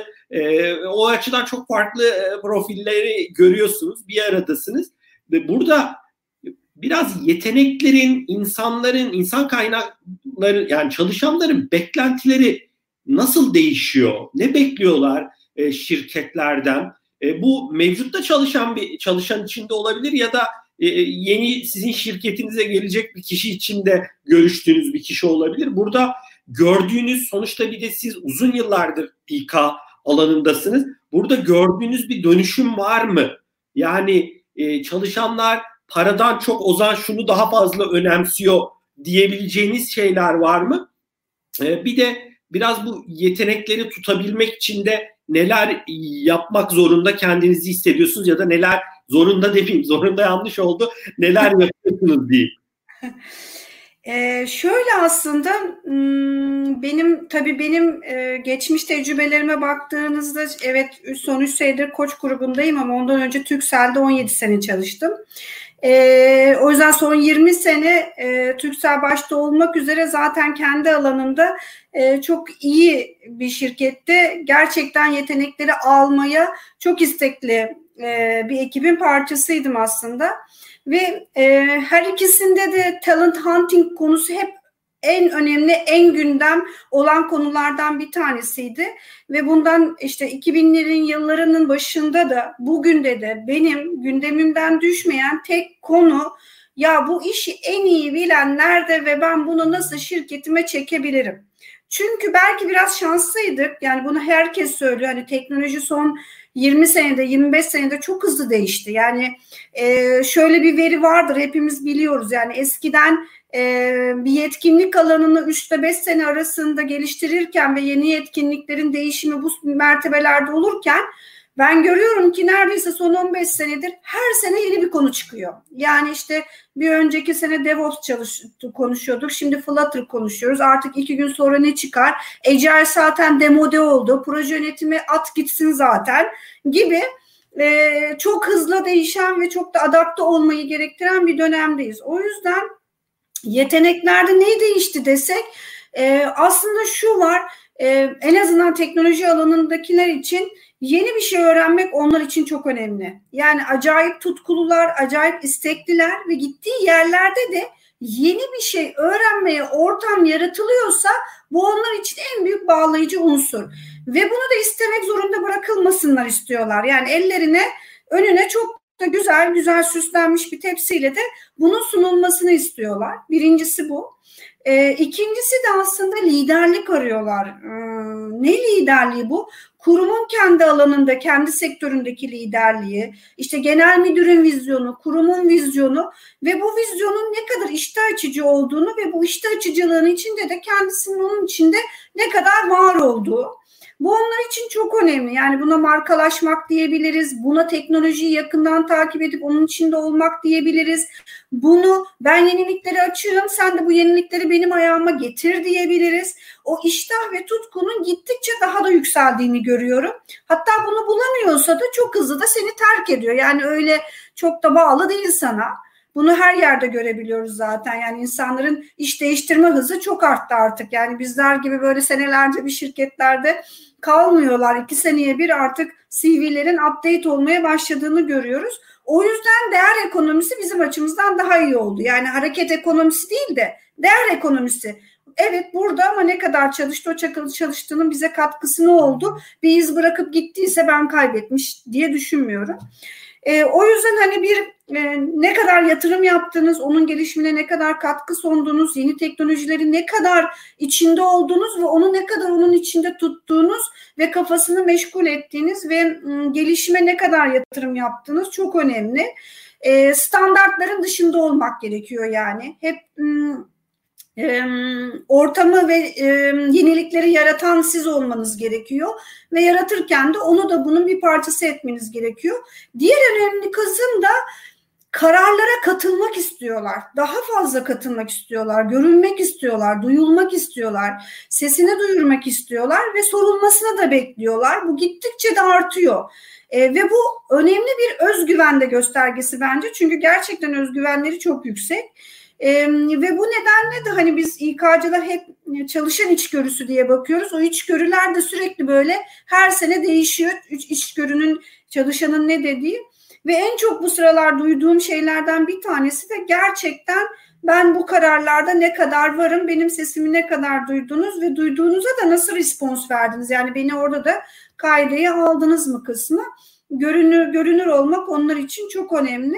O açıdan çok farklı profilleri görüyorsunuz, bir aradasınız. Ve burada biraz yeteneklerin, insanların, insan kaynakları, yani çalışanların beklentileri nasıl değişiyor? Ne bekliyorlar şirketlerden? Bu mevcutta çalışan bir çalışan için de olabilir ya da yeni sizin şirketinize gelecek bir kişi için de görüştüğünüz bir kişi olabilir. Burada gördüğünüz, sonuçta bir de siz uzun yıllardır İK alanındasınız. Burada gördüğünüz bir dönüşüm var mı? Yani çalışanlar paradan çok Ozan şunu daha fazla önemsiyor diyebileceğiniz şeyler var mı? Bir de biraz bu yetenekleri tutabilmek için de neler yapmak zorunda kendinizi hissediyorsunuz ya da neler zorunda demeyeyim, zorunda yanlış oldu, neler yapıyorsunuz diyeyim. Şöyle aslında benim geçmiş tecrübelerime baktığınızda, evet, son 3 senedir Koç grubundayım ama ondan önce Turkcell'de 17 sene çalıştım. O yüzden son 20 sene Turkcell başta olmak üzere zaten kendi alanında çok iyi bir şirkette gerçekten yetenekleri almaya çok istekli bir ekibin parçasıydım aslında. Ve her ikisinde de talent hunting konusu hep en önemli, en gündem olan konulardan bir tanesiydi. Ve bundan işte 2000'lerin yıllarının başında da bugün de benim gündemimden düşmeyen tek konu, ya bu işi en iyi bilen nerede ve ben bunu nasıl şirketime çekebilirim? Çünkü belki biraz şanslıydık. Yani bunu herkes söylüyor. Hani teknoloji son 20 senede, 25 senede çok hızlı değişti. Yani şöyle bir veri vardır, hepimiz biliyoruz. Yani eskiden bir yetkinlik alanını 3-5 sene arasında geliştirirken ve yeni yetkinliklerin değişimi bu mertebelerde olurken ben görüyorum ki neredeyse son 15 senedir her sene yeni bir konu çıkıyor. Yani işte bir önceki sene DevOps konuşuyorduk. Şimdi Flutter konuşuyoruz. Artık 2 gün sonra ne çıkar? Agile zaten demode oldu. Proje yönetimi at gitsin zaten gibi çok hızlı değişen ve çok da adapte olmayı gerektiren bir dönemdeyiz. O yüzden yeteneklerde ne değişti desek aslında şu var, en azından teknoloji alanındakiler için yeni bir şey öğrenmek onlar için çok önemli. Yani acayip tutkulular, acayip istekliler ve gittiği yerlerde de yeni bir şey öğrenmeye ortam yaratılıyorsa bu onlar için en büyük bağlayıcı unsur. Ve bunu da istemek zorunda bırakılmasınlar istiyorlar. Yani önüne çok da güzel süslenmiş bir tepsiyle de bunun sunulmasını istiyorlar. Birincisi bu. İkincisi de aslında liderlik arıyorlar. Ne liderliği bu? Kurumun kendi alanında, kendi sektöründeki liderliği, işte genel müdürün vizyonu, kurumun vizyonu ve bu vizyonun ne kadar iştah açıcı olduğunu ve bu iştah açıcılığın içinde de kendisinin onun içinde ne kadar var olduğu. Bu onlar için çok önemli. Yani buna markalaşmak diyebiliriz. Buna teknolojiyi yakından takip edip onun içinde olmak diyebiliriz. Bunu ben yenilikleri açığım, sen de bu yenilikleri benim ayağıma getir diyebiliriz. O iştah ve tutkunun gittikçe daha da yükseldiğini görüyorum. Hatta bunu bulamıyorsa da çok hızlı da seni terk ediyor. Yani öyle çok da bağlı değil sana. Bunu her yerde görebiliyoruz zaten. Yani insanların iş değiştirme hızı çok arttı artık. Yani bizler gibi böyle senelerce bir şirketlerde kalmıyorlar. 2 seneye bir artık CV'lerin update olmaya başladığını görüyoruz. O yüzden değer ekonomisi bizim açımızdan daha iyi oldu. Yani hareket ekonomisi değil de değer ekonomisi. Evet burada ama ne kadar çalıştı, o çalıştığının bize katkısı ne oldu? Bir iz bırakıp gittiyse ben kaybetmiş diye düşünmüyorum. O yüzden hani ne kadar yatırım yaptınız, onun gelişimine ne kadar katkı sundunuz, yeni teknolojileri ne kadar içinde olduğunuz ve onu ne kadar onun içinde tuttuğunuz ve kafasını meşgul ettiğiniz ve gelişime ne kadar yatırım yaptınız çok önemli. Standartların dışında olmak gerekiyor yani. Hep ortamı ve yenilikleri yaratan siz olmanız gerekiyor ve yaratırken de onu da bunun bir parçası etmeniz gerekiyor. Diğer önemli kısım da kararlara katılmak istiyorlar. Daha fazla katılmak istiyorlar, görünmek istiyorlar, duyulmak istiyorlar, sesini duyurmak istiyorlar ve sorulmasını da bekliyorlar. Bu gittikçe de artıyor. Ve bu önemli bir özgüven de göstergesi bence. Çünkü gerçekten özgüvenleri çok yüksek. Ve bu nedenle de hani biz İK'cılar hep çalışan içgörüsü diye bakıyoruz. O içgörüler de sürekli böyle her sene değişiyor. İçgörünün, çalışanın ne dediği. Ve en çok bu sıralar duyduğum şeylerden bir tanesi de gerçekten ben bu kararlarda ne kadar varım, benim sesimi ne kadar duydunuz ve duyduğunuza da nasıl respons verdiniz? Yani beni orada da kaydeye aldınız mı kısmı. Görünür olmak onlar için çok önemli.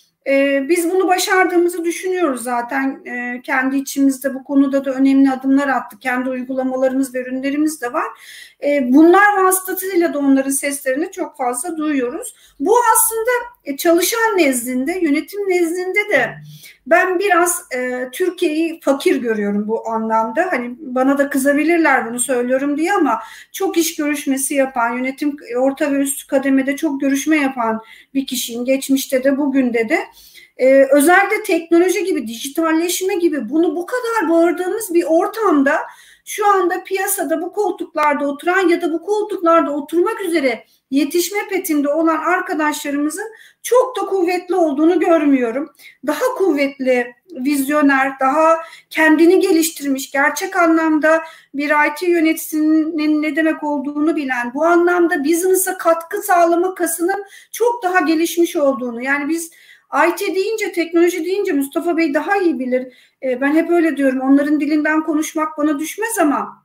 Biz bunu başardığımızı düşünüyoruz zaten. Kendi içimizde bu konuda da önemli adımlar attık. Kendi uygulamalarımız ve ürünlerimiz de var. Bunlar vasıtasıyla da onların seslerini çok fazla duyuyoruz. Bu aslında çalışan nezdinde, yönetim nezdinde de ben biraz Türkiye'yi fakir görüyorum bu anlamda. Hani bana da kızabilirler bunu söylüyorum diye ama çok iş görüşmesi yapan, yönetim orta ve üst kademede çok görüşme yapan bir kişiyim. Geçmişte de bugün de. Özellikle teknoloji gibi, dijitalleşme gibi bunu bu kadar bağırdığımız bir ortamda şu anda piyasada bu koltuklarda oturan ya da bu koltuklarda oturmak üzere yetişme petinde olan arkadaşlarımızın çok da kuvvetli olduğunu görmüyorum. Daha kuvvetli, vizyoner, daha kendini geliştirmiş, gerçek anlamda bir IT yöneticisinin ne demek olduğunu bilen, bu anlamda business'a katkı sağlama kasının çok daha gelişmiş olduğunu, yani biz IT deyince, teknoloji deyince Mustafa Bey daha iyi bilir. Ben hep öyle diyorum. Onların dilinden konuşmak bana düşmez ama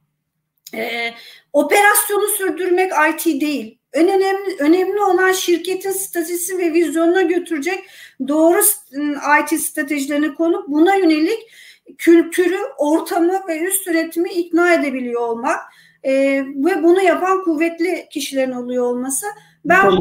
operasyonu sürdürmek IT değil. Önemli olan şirketin stratejisi ve vizyonuna götürecek doğru IT stratejilerini konup buna yönelik kültürü, ortamı ve üst yönetimi ikna edebiliyor olmak ve bunu yapan kuvvetli kişilerin oluyor olması. Ben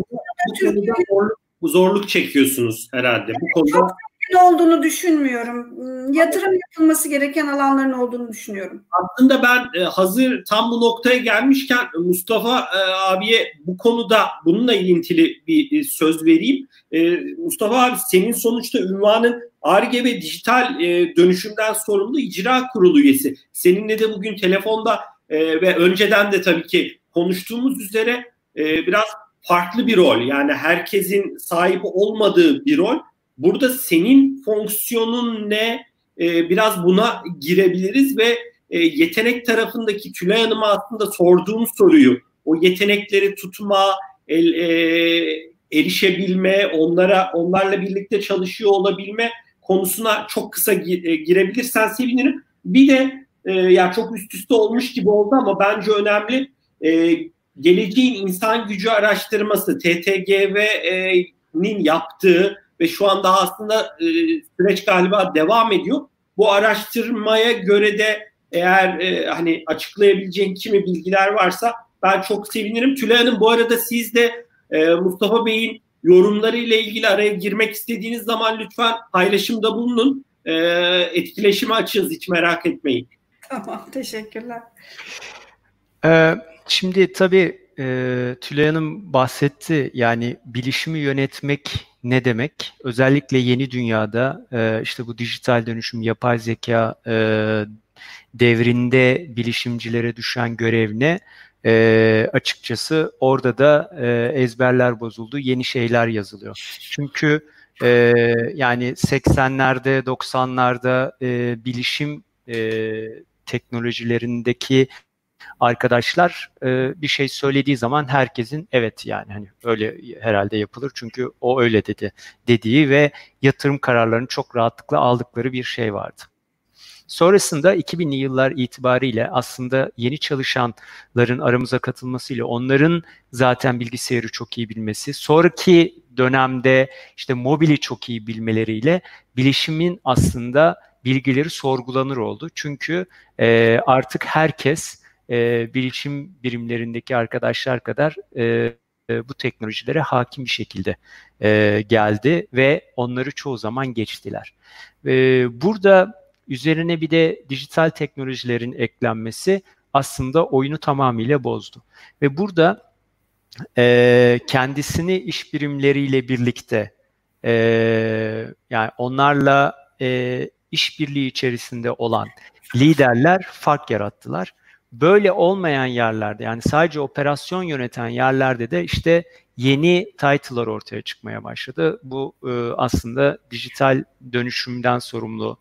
bu zorluk çekiyorsunuz herhalde. Bu konuda çok mümkün olduğunu düşünmüyorum. Yatırım yapılması gereken alanların olduğunu düşünüyorum. Aslında ben hazır tam bu noktaya gelmişken Mustafa abiye bu konuda bununla ilintili bir söz vereyim. Mustafa abi, senin sonuçta ünvanın Ar-Ge ve dijital dönüşümden sorumlu icra kurulu üyesi. Seninle de bugün telefonda ve önceden de tabii ki konuştuğumuz üzere biraz farklı bir rol. Yani herkesin sahibi olmadığı bir rol. Burada senin fonksiyonun ne? Biraz buna girebiliriz ve yetenek tarafındaki Tülay Hanım'a aslında sorduğum soruyu, o yetenekleri tutma, erişebilme, onlarla birlikte çalışıyor olabilme konusuna çok kısa girebilirsen sevinirim. Bir de ya çok üst üste olmuş gibi oldu ama bence önemli. Geleceğin insan gücü araştırması, TTGV'nin yaptığı ve şu anda aslında süreç galiba devam ediyor. Bu araştırmaya göre de eğer hani açıklayabileceğin kimi bilgiler varsa ben çok sevinirim. Tülay Hanım, bu arada siz de Mustafa Bey'in yorumlarıyla ilgili araya girmek istediğiniz zaman lütfen paylaşımda bulunun. Etkileşime açığız, hiç merak etmeyin. Tamam, teşekkürler. Şimdi tabii Tülay Hanım bahsetti. Yani bilişimi yönetmek ne demek? Özellikle yeni dünyada işte bu dijital dönüşüm, yapay zeka devrinde bilişimcilere düşen görev ne? Açıkçası orada da ezberler bozuldu, yeni şeyler yazılıyor. Çünkü yani 80'lerde, 90'larda bilişim teknolojilerindeki arkadaşlar bir şey söylediği zaman herkesin evet yani hani öyle herhalde yapılır çünkü o öyle dedi dediği ve yatırım kararlarını çok rahatlıkla aldıkları bir şey vardı. Sonrasında 2000'li yıllar itibariyle aslında yeni çalışanların aramıza katılmasıyla onların zaten bilgisayarı çok iyi bilmesi, sonraki dönemde işte mobili çok iyi bilmeleriyle bilişimin aslında bilgileri sorgulanır oldu. Çünkü artık herkes bilişim birimlerindeki arkadaşlar kadar bu teknolojilere hakim bir şekilde geldi ve onları çoğu zaman geçtiler. Burada üzerine bir de dijital teknolojilerin eklenmesi aslında oyunu tamamıyla bozdu. Ve burada kendisini iş birimleriyle birlikte yani onlarla işbirliği içerisinde olan liderler fark yarattılar. Böyle olmayan yerlerde yani sadece operasyon yöneten yerlerde de işte yeni title'lar ortaya çıkmaya başladı. Bu aslında dijital dönüşümden sorumlu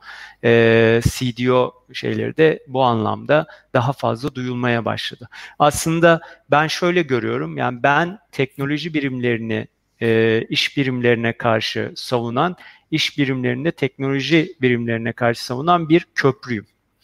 CDO şeyleri de bu anlamda daha fazla duyulmaya başladı. Aslında ben şöyle görüyorum, yani ben teknoloji birimlerini iş birimlerine karşı savunan, iş birimlerinde teknoloji birimlerine karşı savunan bir köprüyüm.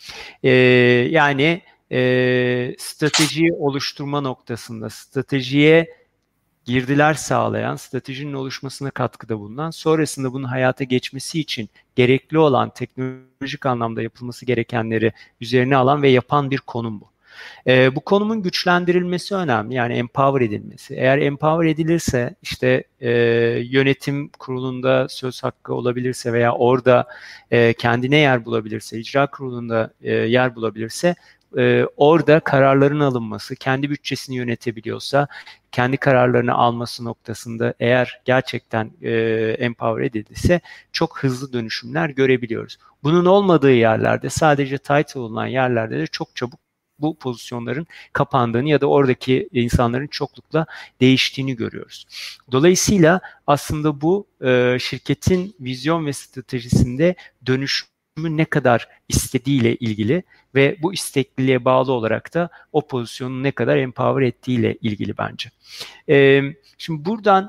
Yani strateji oluşturma noktasında, stratejiye girdiler sağlayan, stratejinin oluşmasına katkıda bulunan, sonrasında bunun hayata geçmesi için gerekli olan teknolojik anlamda yapılması gerekenleri üzerine alan ve yapan bir konum bu. Bu konumun güçlendirilmesi önemli. Yani empower edilmesi. Eğer empower edilirse işte yönetim kurulunda söz hakkı olabilirse veya orada kendine yer bulabilirse, icra kurulunda yer bulabilirse orada kararların alınması, kendi bütçesini yönetebiliyorsa, kendi kararlarını alması noktasında eğer gerçekten empower edildiyse çok hızlı dönüşümler görebiliyoruz. Bunun olmadığı yerlerde, sadece title olan yerlerde de çok çabuk bu pozisyonların kapandığını ya da oradaki insanların çoklukla değiştiğini görüyoruz. Dolayısıyla aslında bu şirketin vizyon ve stratejisinde dönüşümü ne kadar istediğiyle ilgili ve bu istekliliğe bağlı olarak da o pozisyonu ne kadar empower ettiğiyle ilgili bence. Şimdi buradan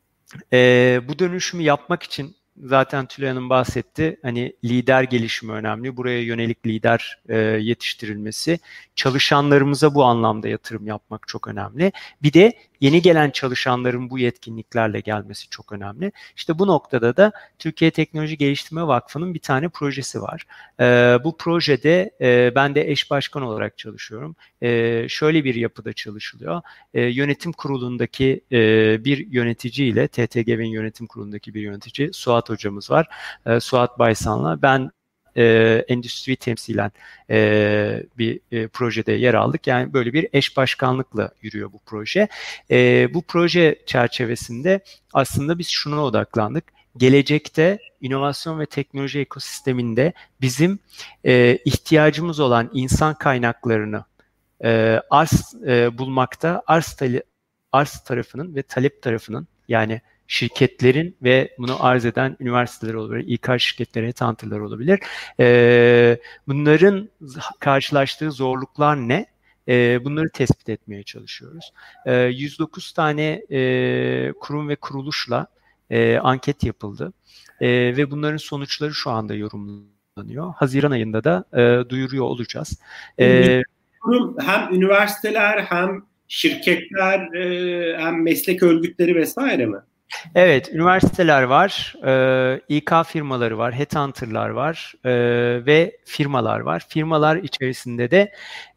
bu dönüşümü yapmak için zaten Tülay Hanım bahsetti. Hani lider gelişimi önemli. Buraya yönelik lider yetiştirilmesi. Çalışanlarımıza bu anlamda yatırım yapmak çok önemli. Bir de yeni gelen çalışanların bu yetkinliklerle gelmesi çok önemli. İşte bu noktada da Türkiye Teknoloji Geliştirme Vakfı'nın bir tane projesi var. Bu projede ben de eş başkan olarak çalışıyorum. Şöyle bir yapıda çalışılıyor. Yönetim kurulundaki bir yönetici ile TTGV'nin yönetim kurulundaki bir yönetici Suat hocamız var. Suat Baysan'la ben endüstri temsilen bir projede yer aldık. Yani böyle bir eş başkanlıkla yürüyor bu proje. Bu proje çerçevesinde aslında biz şuna odaklandık. Gelecekte inovasyon ve teknoloji ekosisteminde bizim ihtiyacımız olan insan kaynaklarını bulmakta arz tarafının ve talep tarafının, yani şirketlerin ve bunu arz eden üniversiteler olabilir, İK şirketleri, headhunter'lar olabilir. Bunların karşılaştığı zorluklar ne? Bunları tespit etmeye çalışıyoruz. 109 tane kurum ve kuruluşla anket yapıldı. Ve bunların sonuçları şu anda yorumlanıyor. Haziran ayında da duyuruyor olacağız. Hem üniversiteler hem şirketler hem meslek örgütleri vesaire mi? Evet, üniversiteler var, İK firmaları var, headhunter'lar var ve firmalar var. Firmalar içerisinde de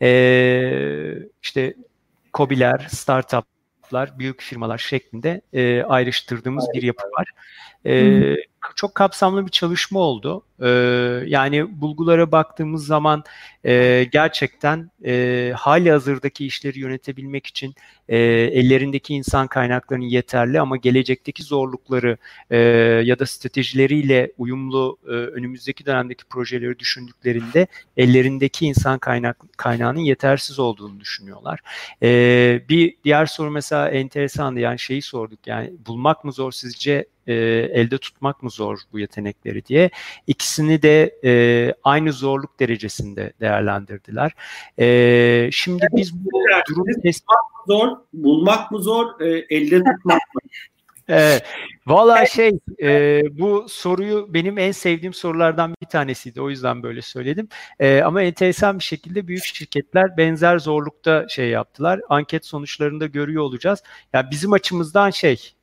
işte KOBİ'ler, startup'lar, büyük firmalar şeklinde ayrıştırdığımız bir yapı var. çok kapsamlı bir çalışma oldu. Yani bulgulara baktığımız zaman gerçekten hali hazırdaki işleri yönetebilmek için ellerindeki insan kaynaklarının yeterli ama gelecekteki zorlukları ya da stratejileriyle uyumlu önümüzdeki dönemdeki projeleri düşündüklerinde ellerindeki insan kaynağının yetersiz olduğunu düşünüyorlar. Bir diğer soru mesela enteresandı, yani şeyi sorduk, yani bulmak mı zor sizce, elde tutmak mı zor bu yetenekleri diye. İkisini de aynı zorluk derecesinde değerlendirdiler. Şimdi biz bu durum zor, bulmak mı zor, elde tutmak mı? Valla bu soruyu benim en sevdiğim sorulardan bir tanesiydi. O yüzden böyle söyledim. Ama enteresan bir şekilde büyük şirketler benzer zorlukta yaptılar. Anket sonuçlarında görüyor olacağız. Yani bizim açımızdan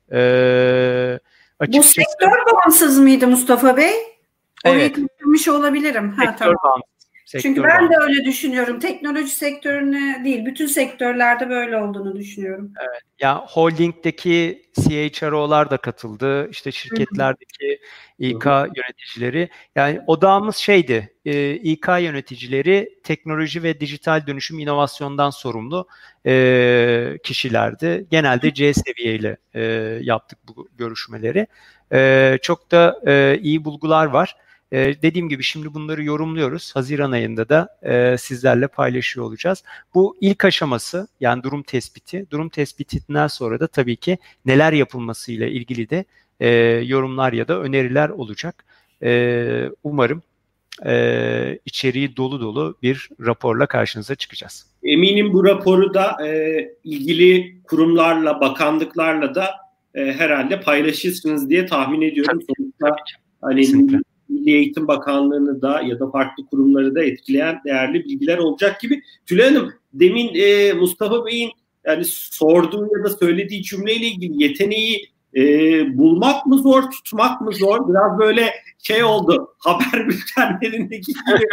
bu sektör bağımsız mıydı Mustafa Bey? Orayı Evet. kaçırmış olabilirim. Sektör bağımsız. Çünkü ben de öyle düşünüyorum. Teknoloji sektörüne değil, bütün sektörlerde böyle olduğunu düşünüyorum. Evet. Ya holdingdeki CHRO'lar da katıldı. İşte şirketlerdeki İK yöneticileri. Yani odağımız İK yöneticileri teknoloji ve dijital dönüşüm inovasyondan sorumlu kişilerdi. Genelde C seviyeyle yaptık bu görüşmeleri. Çok da iyi bulgular var. Dediğim gibi şimdi bunları yorumluyoruz. Haziran ayında da sizlerle paylaşıyor olacağız. Bu ilk aşaması, yani durum tespiti. Durum tespitinden sonra da tabii ki neler yapılmasıyla ilgili de yorumlar ya da öneriler olacak. Umarım içeriği dolu dolu bir raporla karşınıza çıkacağız. Eminim bu raporu da ilgili kurumlarla, bakanlıklarla da herhalde paylaşırsınız diye tahmin ediyorum. Sonuçta Milli Eğitim Bakanlığı'nı da ya da farklı kurumları da etkileyen değerli bilgiler olacak gibi. Tülay Hanım, demin Mustafa Bey'in yani sorduğu ya da söylediği cümleyle ilgili yeteneği bulmak mı zor, tutmak mı zor? Biraz böyle oldu. Haber bültenlerindeki gibi.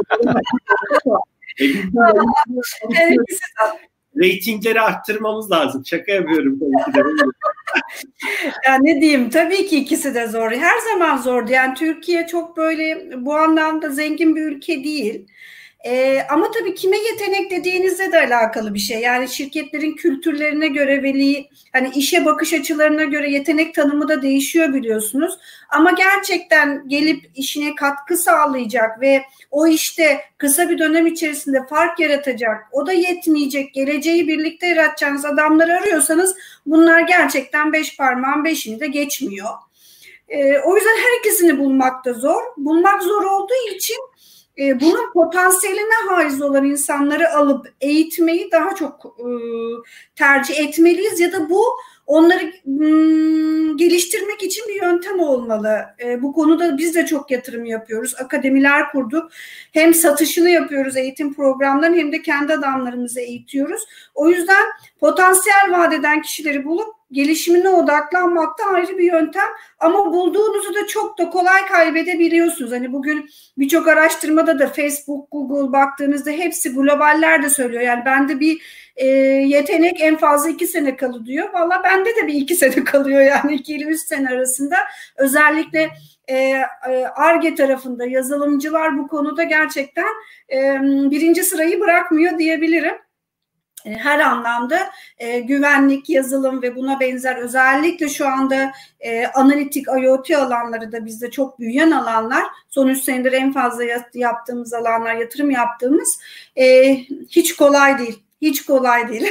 Reytingleri arttırmamız lazım. Şaka yapıyorum tabii ki de. Ya ne diyeyim, tabii ki ikisi de zor. Her zaman zordu. Yani Türkiye çok böyle bu anlamda zengin bir ülke değil. Ama tabii kime yetenek dediğinizle de alakalı bir şey. Yani şirketlerin kültürlerine göre hani işe bakış açılarına göre yetenek tanımı da değişiyor biliyorsunuz. Ama gerçekten gelip işine katkı sağlayacak ve o işte kısa bir dönem içerisinde fark yaratacak, o da yetmeyecek, geleceği birlikte yaratacağınız adamları arıyorsanız bunlar gerçekten 5 parmağın 5'ini de geçmiyor. O yüzden her ikisini bulmak da zor. Bulmak zor olduğu için bunun potansiyeline haiz olan insanları alıp eğitmeyi daha çok tercih etmeliyiz ya da bu onları geliştirmek için bir yöntem olmalı. Bu konuda biz de çok yatırım yapıyoruz. Akademiler kurduk. Hem satışını yapıyoruz eğitim programlarının hem de kendi adamlarımızı eğitiyoruz. O yüzden potansiyel vaat eden kişileri bulup gelişimine odaklanmak da ayrı bir yöntem. Ama bulduğunuzu da çok da kolay kaybedebiliyorsunuz. Hani bugün birçok araştırmada da Facebook, Google baktığınızda hepsi globaller de söylüyor. Yani bende bir yetenek en fazla 2 sene kalıyor diyor. Valla bende de bir 2 sene kalıyor, yani 2 ile 3 sene arasında. Özellikle Ar-Ge tarafında yazılımcılar bu konuda gerçekten birinci sırayı bırakmıyor diyebilirim. Her anlamda güvenlik, yazılım ve buna benzer özellikle şu anda analitik IoT alanları da bizde çok büyüyen alanlar. Son 3 senedir en fazla yaptığımız alanlar, yatırım yaptığımız hiç kolay değil. Hiç kolay değil.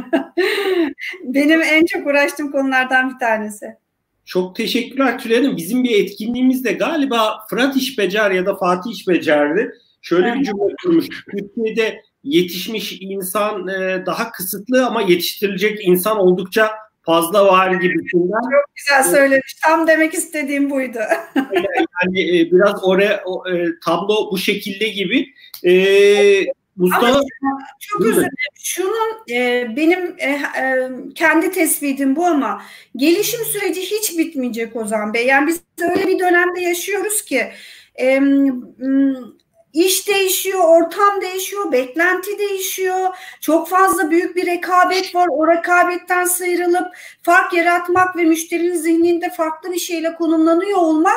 Benim en çok uğraştığım konulardan bir tanesi. Çok teşekkürler Tülay Hanım. Bizim bir etkinliğimizde galiba Fırat İşbecer ya da Fatih İşbecer'di. Şöyle bir cümle kurmuş. Türkiye'de yetişmiş insan daha kısıtlı ama yetiştirilecek insan oldukça fazla var gibisinden. Çok güzel söylemiş. Tam demek istediğim buydu. Yani biraz tablo bu şekilde gibi. Mustafa, ama çok özür dilerim. Şunun benim kendi tespitim bu ama gelişim süreci hiç bitmeyecek Ozan Bey. Yani biz öyle bir dönemde yaşıyoruz ki İş değişiyor, ortam değişiyor, beklenti değişiyor. Çok fazla büyük bir rekabet var. O rekabetten sıyrılıp fark yaratmak ve müşterinin zihninde farklı bir şeyle konumlanıyor olmak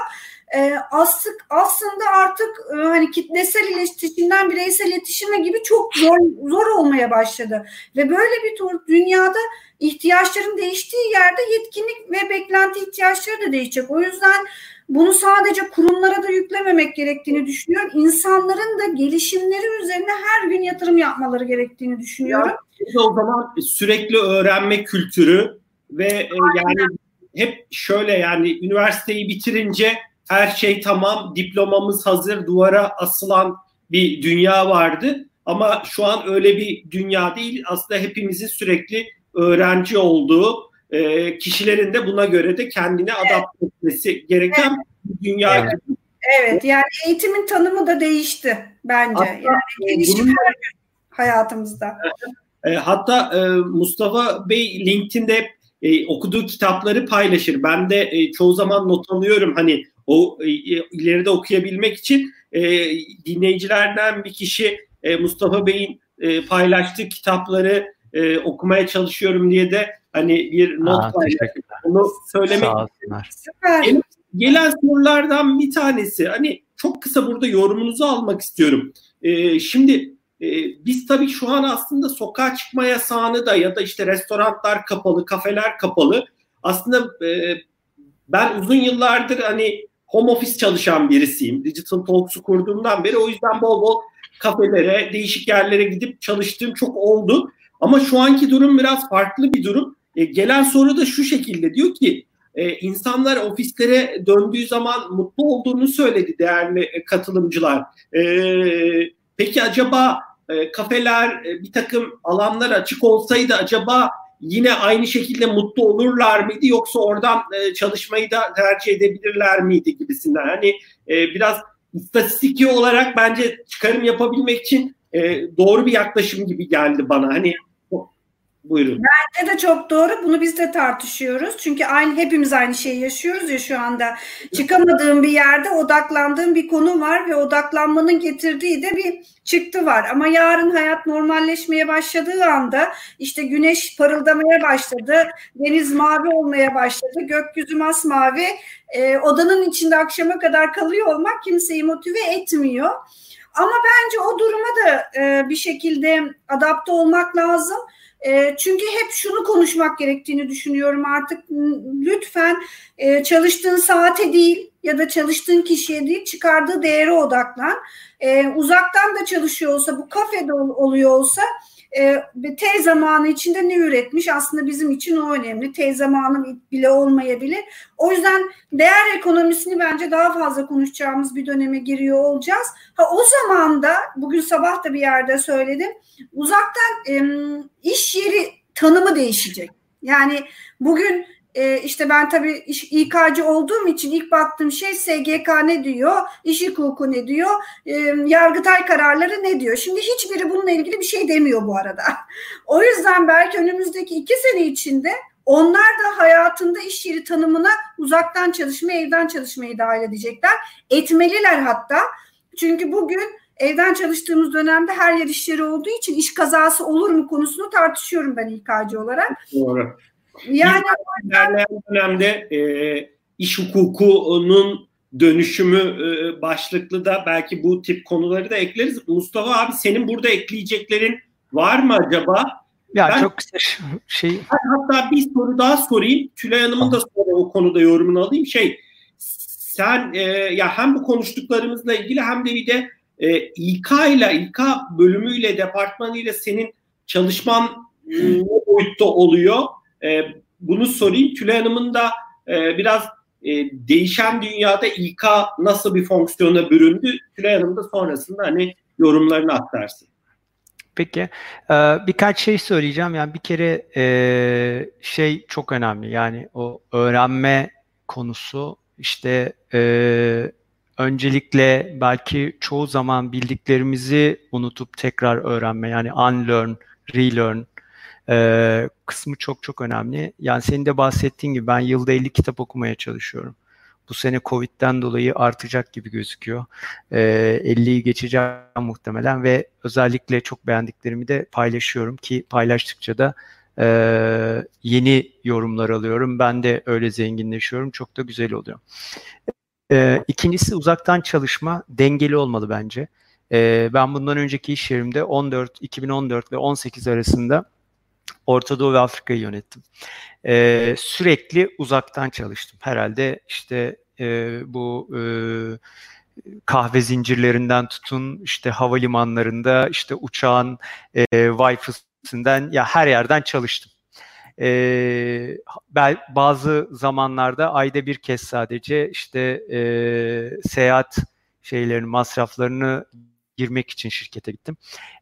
aslında artık hani kitlesel iletişimden bireysel iletişime gibi çok zor olmaya başladı. Ve böyle bir dünyada ihtiyaçların değiştiği yerde yetkinlik ve beklenti ihtiyaçları da değişecek. O yüzden bunu sadece kurumlara da yüklememek gerektiğini düşünüyorum. İnsanların da gelişimleri üzerine her gün yatırım yapmaları gerektiğini düşünüyorum. Ya, o zaman sürekli öğrenme kültürü ve yani hep şöyle, yani üniversiteyi bitirince her şey tamam, diplomamız hazır, duvara asılan bir dünya vardı. Ama şu an öyle bir dünya değil. Aslında hepimizin sürekli öğrenci olduğu, kişilerin de buna göre de kendini adapte etmesi gereken bir dünya. Evet. Evet, yani eğitimin tanımı da değişti bence. Hatta, yani gelişim her gün hayatımızda. Hatta Mustafa Bey LinkedIn'de okuduğu kitapları paylaşır. Ben de çoğu zaman not alıyorum, hani o ileride okuyabilmek için. Dinleyicilerden bir kişi Mustafa Bey'in paylaştığı kitapları okumaya çalışıyorum diye de hani bir not paylaştı. Onu söylemek istiyorum. Gelen sorulardan bir tanesi, hani çok kısa burada yorumunuzu almak istiyorum. Şimdi biz tabii şu an aslında sokağa çıkma yasağını da ya da işte restoranlar kapalı, kafeler kapalı. Aslında ben uzun yıllardır hani home office çalışan birisiyim. Digital Talks'u kurduğumdan beri, o yüzden bol bol kafelere, değişik yerlere gidip çalıştığım çok oldu. Ama şu anki durum biraz farklı bir durum. Gelen soru da şu şekilde, diyor ki insanlar ofislere döndüğü zaman mutlu olduğunu söyledi değerli katılımcılar. Peki acaba kafeler, bir takım alanlar açık olsaydı acaba yine aynı şekilde mutlu olurlar mıydı, yoksa oradan çalışmayı da tercih edebilirler miydi gibisinden. Hani biraz istatistiki olarak bence çıkarım yapabilmek için doğru bir yaklaşım gibi geldi bana. Hani buyurun. Bence de çok doğru. Bunu biz de tartışıyoruz. Çünkü hepimiz aynı şeyi yaşıyoruz ya şu anda. Çıkamadığım bir yerde odaklandığım bir konu var ve odaklanmanın getirdiği de bir çıktı var. Ama yarın hayat normalleşmeye başladığı anda işte güneş parıldamaya başladı, deniz mavi olmaya başladı, gökyüzü masmavi, odanın içinde akşama kadar kalıyor olmak kimseyi motive etmiyor. Ama bence o duruma da bir şekilde adapte olmak lazım. Çünkü hep şunu konuşmak gerektiğini düşünüyorum artık. Lütfen çalıştığın saate değil ya da çalıştığın kişiye değil, çıkardığı değere odaklan. Uzaktan da çalışıyor olsa, bu kafede oluyor olsa T zamanı içinde ne üretmiş? Aslında bizim için o önemli. T zamanı bile olmayabilir. O yüzden değer ekonomisini bence daha fazla konuşacağımız bir döneme giriyor olacağız. O zaman da bugün sabah da bir yerde söyledim. Uzaktan iş yeri tanımı değişecek. Yani bugün işte ben tabii İK'cı olduğum için ilk baktığım şey SGK ne diyor, iş hukuku ne diyor, Yargıtay kararları ne diyor. Şimdi hiçbiri bununla ilgili bir şey demiyor bu arada. O yüzden belki önümüzdeki 2 sene içinde onlar da hayatında iş yeri tanımına uzaktan çalışma, evden çalışmayı dahil edecekler. Etmeliler hatta. Çünkü bugün evden çalıştığımız dönemde her yer iş yeri olduğu için iş kazası olur mu konusunu tartışıyorum ben İK'cı olarak. Doğru. Yani ilerleyen dönemde iş hukukunun dönüşümü başlıklı da belki bu tip konuları da ekleriz. Mustafa abi, senin burada ekleyeceklerin var mı acaba? Ya çok kısa hatta bir soru daha sorayım. Tülay Hanım'ın da sonra o konuda yorumunu alayım. Sen ya hem bu konuştuklarımızla ilgili hem de bir de İK bölümüyle, departmanıyla senin çalışman ne boyutta oluyor? Bunu sorayım. Tülay Hanım'ın da biraz değişen dünyada İK nasıl bir fonksiyona büründü? Tülay Hanım da sonrasında hani yorumlarını aktarsın. Peki. Birkaç şey söyleyeceğim. Yani bir kere çok önemli. Yani o öğrenme konusu işte öncelikle belki çoğu zaman bildiklerimizi unutup tekrar öğrenme. Yani unlearn, relearn kısmı çok çok önemli. Yani senin de bahsettiğin gibi ben yılda 50 kitap okumaya çalışıyorum. bu sene Covid'den dolayı artacak gibi gözüküyor. 50'yi geçeceğim muhtemelen ve özellikle çok beğendiklerimi de paylaşıyorum ki paylaştıkça da yeni yorumlar alıyorum. Ben de öyle zenginleşiyorum. Çok da güzel oluyor. İkincisi uzaktan çalışma dengeli olmalı bence. Ben bundan önceki iş yerimde 2014 ve 18 arasında Orta Doğu ve Afrika'yı yönettim. Sürekli uzaktan çalıştım. Herhalde işte bu kahve zincirlerinden tutun, işte havalimanlarında, işte uçağın Wi-Fi'sinden ya her yerden çalıştım. Bazı zamanlarda ayda bir kez sadece işte seyahat masraflarını girmek için şirkete gittim.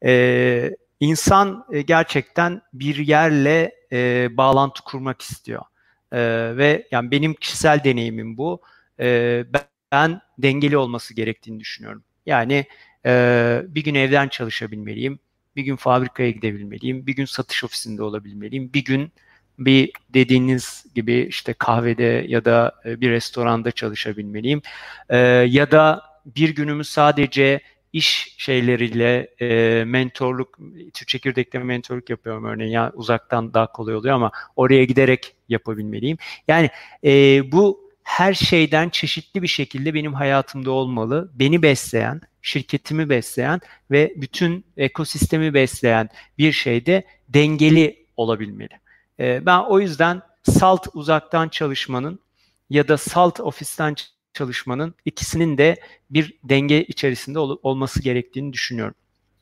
İnsan gerçekten bir yerle bağlantı kurmak istiyor. Ve yani benim kişisel deneyimim bu. Ben dengeli olması gerektiğini düşünüyorum. Yani bir gün evden çalışabilmeliyim, bir gün fabrikaya gidebilmeliyim, bir gün satış ofisinde olabilmeliyim, bir gün bir dediğiniz gibi işte kahvede ya da bir restoranda çalışabilmeliyim. Ya da bir günümü sadece iş şeyleriyle mentorluk, çekirdekte mentorluk yapıyorum örneğin. Yani uzaktan daha kolay oluyor ama oraya giderek yapabilmeliyim. Yani bu her şeyden çeşitli bir şekilde benim hayatımda olmalı. Beni besleyen, şirketimi besleyen ve bütün ekosistemi besleyen bir şeyde dengeli olabilmeli. Ben o yüzden salt uzaktan çalışmanın ya da salt ofisten çalışmanın ikisinin de bir denge içerisinde olması gerektiğini düşünüyorum.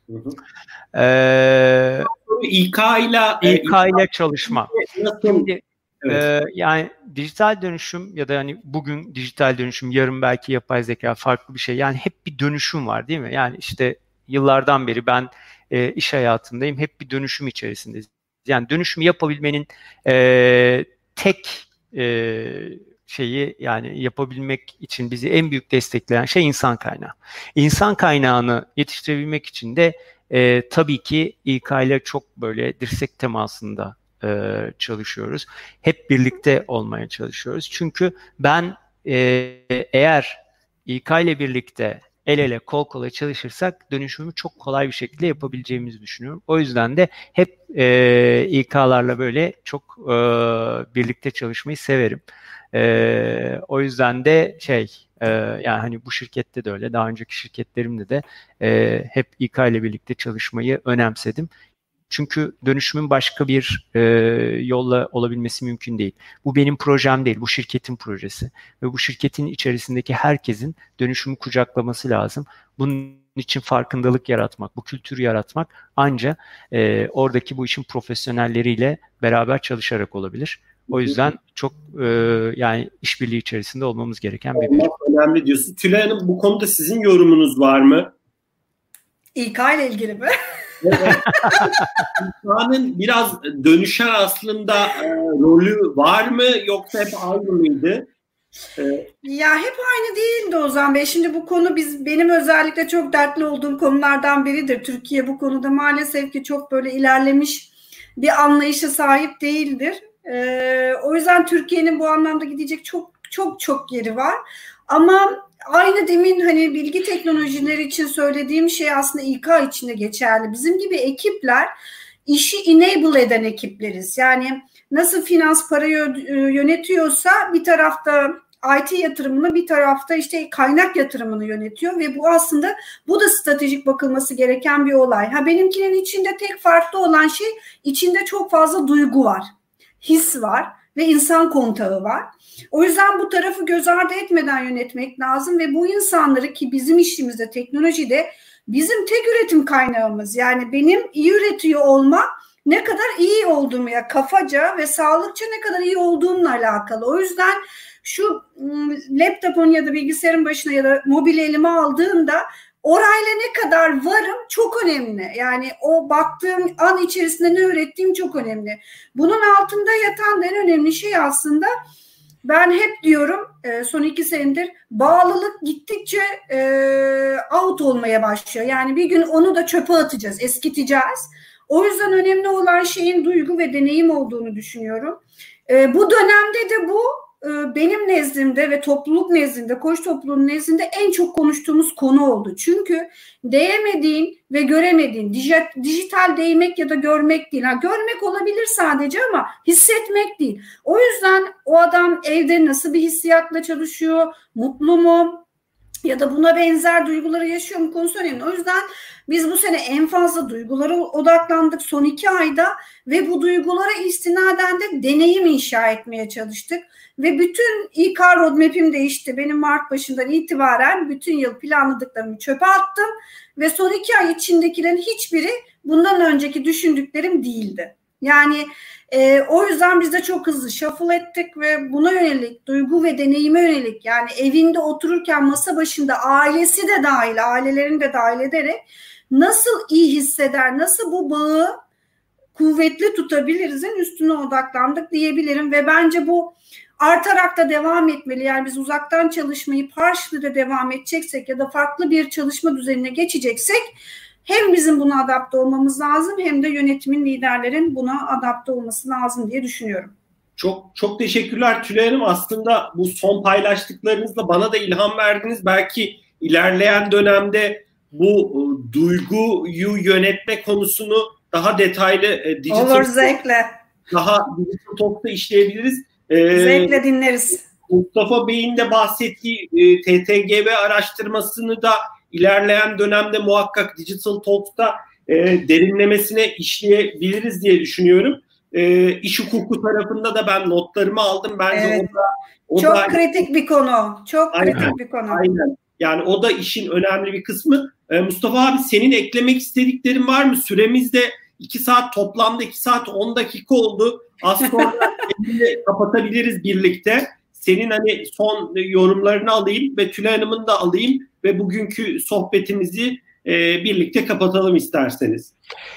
İK ile çalışma. Şimdi yani dijital dönüşüm ya da hani bugün dijital dönüşüm, yarın belki yapay zeka farklı bir şey. Yani hep bir dönüşüm var değil mi? Yani işte yıllardan beri ben iş hayatındayım. Hep bir dönüşüm içerisindeyiz. Yani dönüşümü yapabilmenin tek şeyi yani yapabilmek için bizi en büyük destekleyen şey insan kaynağı. İnsan kaynağını yetiştirebilmek için de tabii ki İK ile çok böyle dirsek temasında çalışıyoruz. Hep birlikte olmaya çalışıyoruz. Çünkü ben eğer İK ile birlikte el ele kol kola çalışırsak dönüşümü çok kolay bir şekilde yapabileceğimizi düşünüyorum. O yüzden de hep İK'larla böyle çok birlikte çalışmayı severim. O yüzden de yani hani bu şirkette de öyle, daha önceki şirketlerimde de hep İK ile birlikte çalışmayı önemsedim. Çünkü dönüşümün başka bir yolla olabilmesi mümkün değil. Bu benim projem değil, bu şirketin projesi. Ve bu şirketin içerisindeki herkesin dönüşümü kucaklaması lazım. Bunun için farkındalık yaratmak, bu kültürü yaratmak ancak oradaki bu işin profesyonelleriyle beraber çalışarak olabilir. O yüzden çok yani işbirliği içerisinde olmamız gereken bir birim. Önemli diyorsun. Tülay Hanım, bu konuda sizin yorumunuz var mı? İK ile ilgili mi? Evet. İK'nın biraz dönüşen aslında rolü var mı, yoksa hep aynı mıydı? Ya hep aynı değildi Ozan Bey. Şimdi bu konu benim özellikle çok dertli olduğum konulardan biridir. Türkiye bu konuda maalesef ki çok böyle ilerlemiş bir anlayışa sahip değildir. O yüzden Türkiye'nin bu anlamda gidecek çok yeri var. Ama aynı demin hani bilgi teknolojileri için söylediğim şey aslında İK için de geçerli. Bizim gibi ekipler işi enable eden ekipleriz. Yani nasıl finans parayı yönetiyorsa bir tarafta IT yatırımını, bir tarafta işte kaynak yatırımını yönetiyor ve bu da stratejik bakılması gereken bir olay. Benimkinin içinde tek farklı olan şey, içinde çok fazla duygu var, his var ve insan kontağı var. O yüzden bu tarafı göz ardı etmeden yönetmek lazım ve bu insanları, ki bizim işimizde, teknolojide bizim tek üretim kaynağımız. Yani benim iyi üretiyor olma ne kadar iyi olduğumu, ya kafaca ve sağlıkça ne kadar iyi olduğumla alakalı. O yüzden şu laptopun ya da bilgisayarın başına ya da mobili elime aldığımda orayla ne kadar varım çok önemli. Yani o baktığım an içerisinde ne ürettiğim çok önemli. Bunun altında yatan en önemli şey aslında, ben hep diyorum son 2 senedir, bağlılık gittikçe out olmaya başlıyor. Yani bir gün onu da çöpe atacağız, eskiteceğiz. O yüzden önemli olan şeyin duygu ve deneyim olduğunu düşünüyorum. Bu dönemde de bu benim nezdimde ve topluluk nezdinde, koç topluluğunun nezdinde en çok konuştuğumuz konu oldu. Çünkü değemediğin ve göremediğin, dijital değmek ya da görmek değil. Görmek olabilir sadece ama hissetmek değil. O yüzden o adam evde nasıl bir hissiyatla çalışıyor, mutlu mu? Ya da buna benzer duyguları yaşıyor mu konusu önemli. O yüzden biz bu sene en fazla duygulara odaklandık son 2 ayda ve bu duygulara istinaden de deneyim inşa etmeye çalıştık. Ve bütün İK roadmap'im değişti. Benim Mart başından itibaren bütün yıl planladıklarımı çöpe attım ve son 2 ay içindekilerin hiçbiri bundan önceki düşündüklerim değildi. Yani o yüzden biz de çok hızlı shuffle ettik ve buna yönelik, duygu ve deneyime yönelik, yani evinde otururken masa başında ailesi de dahil, ailelerini de dahil ederek nasıl iyi hisseder, nasıl bu bağı kuvvetli tutabilirizin üstüne odaklandık diyebilirim ve bence bu artarak da devam etmeli. Yani biz uzaktan çalışmayı partially de devam edeceksek ya da farklı bir çalışma düzenine geçeceksek hem bizim buna adapte olmamız lazım hem de yönetimin, liderlerin buna adapte olması lazım diye düşünüyorum. Çok teşekkürler Tülay Hanım. Aslında bu son paylaştıklarınızla bana da ilham verdiniz. Belki ilerleyen dönemde bu duyguyu yönetme konusunu daha detaylı Olur, zevkle. Daha Digital Talk'ta işleyebiliriz. Zevkle dinleriz. Mustafa Bey'in de bahsettiği TTGB araştırmasını da ilerleyen dönemde muhakkak Digital Talk'ta derinlemesine işleyebiliriz diye düşünüyorum. İş hukuku tarafında da ben notlarımı aldım. Bence evet. Çok kritik bir konu. Çok kritik bir konu. Aynen. Yani o da işin önemli bir kısmı. Mustafa abi, senin eklemek istediklerin var mı? Süremiz de 2 saat, toplamda 2 saat 10 dakika oldu. Az sonra kapatabiliriz birlikte. Senin hani son yorumlarını alayım ve Tülay Hanım'ın da alayım ve bugünkü sohbetimizi birlikte kapatalım isterseniz.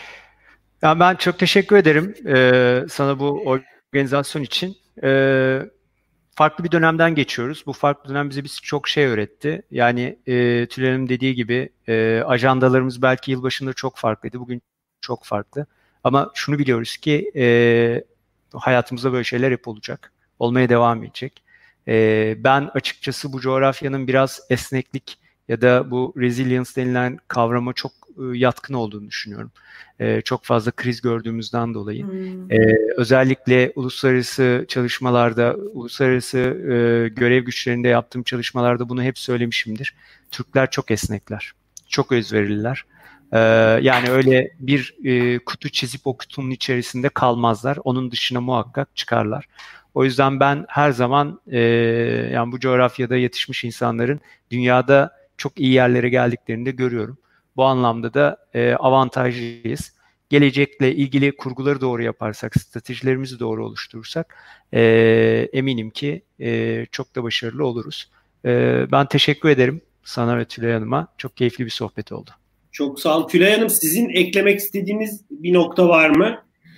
Ya ben çok teşekkür ederim sana bu organizasyon için. Farklı bir dönemden geçiyoruz. Bu farklı dönem bize çok şey öğretti. Yani Tülay Hanım dediği gibi ajandalarımız belki yılbaşında çok farklıydı. Bugün çok farklı. Ama şunu biliyoruz ki hayatımızda böyle şeyler hep olacak. Olmaya devam edecek. Ben açıkçası bu coğrafyanın biraz esneklik ya da bu resilience denilen kavrama çok yatkın olduğunu düşünüyorum. Çok fazla kriz gördüğümüzden dolayı. Özellikle uluslararası çalışmalarda, uluslararası görev güçlerinde yaptığım çalışmalarda bunu hep söylemişimdir. Türkler çok esnekler, çok özverililer. Yani öyle bir kutu çizip o kutunun içerisinde kalmazlar. Onun dışına muhakkak çıkarlar. O yüzden ben her zaman yani bu coğrafyada yetişmiş insanların dünyada çok iyi yerlere geldiklerini de görüyorum. Bu anlamda da avantajlıyız. Gelecekle ilgili kurguları doğru yaparsak, stratejilerimizi doğru oluşturursak eminim ki çok da başarılı oluruz. Ben teşekkür ederim sana ve Tülay Hanım'a. Çok keyifli bir sohbet oldu. Çok sağ olun. Tülay Hanım, sizin eklemek istediğiniz bir nokta var mı?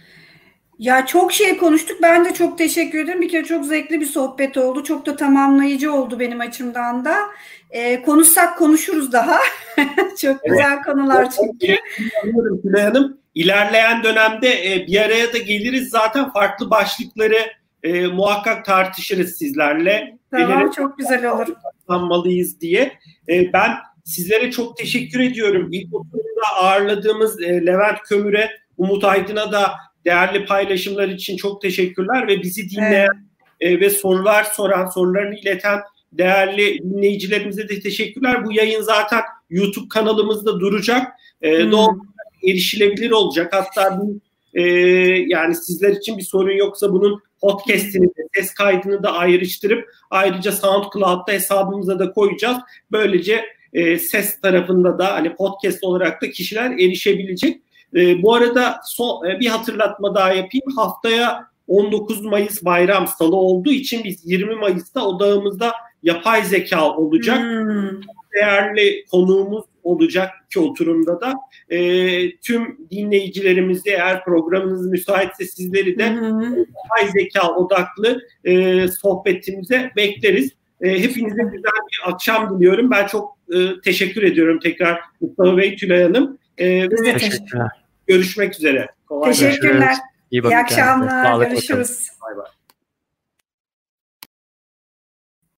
Ya çok şey konuştuk. Ben de çok teşekkür ederim. Bir kere çok zevkli bir sohbet oldu. Çok da tamamlayıcı oldu benim açımdan da. Konuşsak konuşuruz daha. Çok güzel konular çünkü. Anlıyorum Tülay Hanım. İlerleyen dönemde bir araya da geliriz. Zaten farklı başlıkları muhakkak tartışırız sizlerle. Tamam, çok güzel olur. Anmalıyız diye. Ben sizlere çok teşekkür ediyorum. İlk oturumda ağırladığımız Levent Kömür'e, Umut Aydın'a da değerli paylaşımlar için çok teşekkürler ve bizi dinleyen ve sorular soran, sorularını ileten değerli dinleyicilerimize de teşekkürler. Bu yayın zaten YouTube kanalımızda duracak. Doğru erişilebilir olacak. Hatta yani sizler için bir sorun yoksa bunun podcast'ini de, ses kaydını da ayrıştırıp ayrıca SoundCloud'da hesabımıza da koyacağız. Böylece ses tarafında da hani podcast olarak da kişiler erişebilecek. Bu arada bir hatırlatma daha yapayım. Haftaya 19 Mayıs Bayram Salı olduğu için biz 20 Mayıs'ta odağımızda yapay zeka olacak. Değerli konuğumuz olacak ki oturumda da. Tüm dinleyicilerimizi, eğer programınız müsaitse, sizleri de yapay zeka odaklı sohbetimize bekleriz. Hepinize güzel bir akşam diliyorum. Ben çok teşekkür ediyorum tekrar Mustafa Bey, Tülay Hanım. Teşekkürler. Görüşmek üzere. Teşekkürler. İyi akşamlar. Görüşürüz. Bay bay.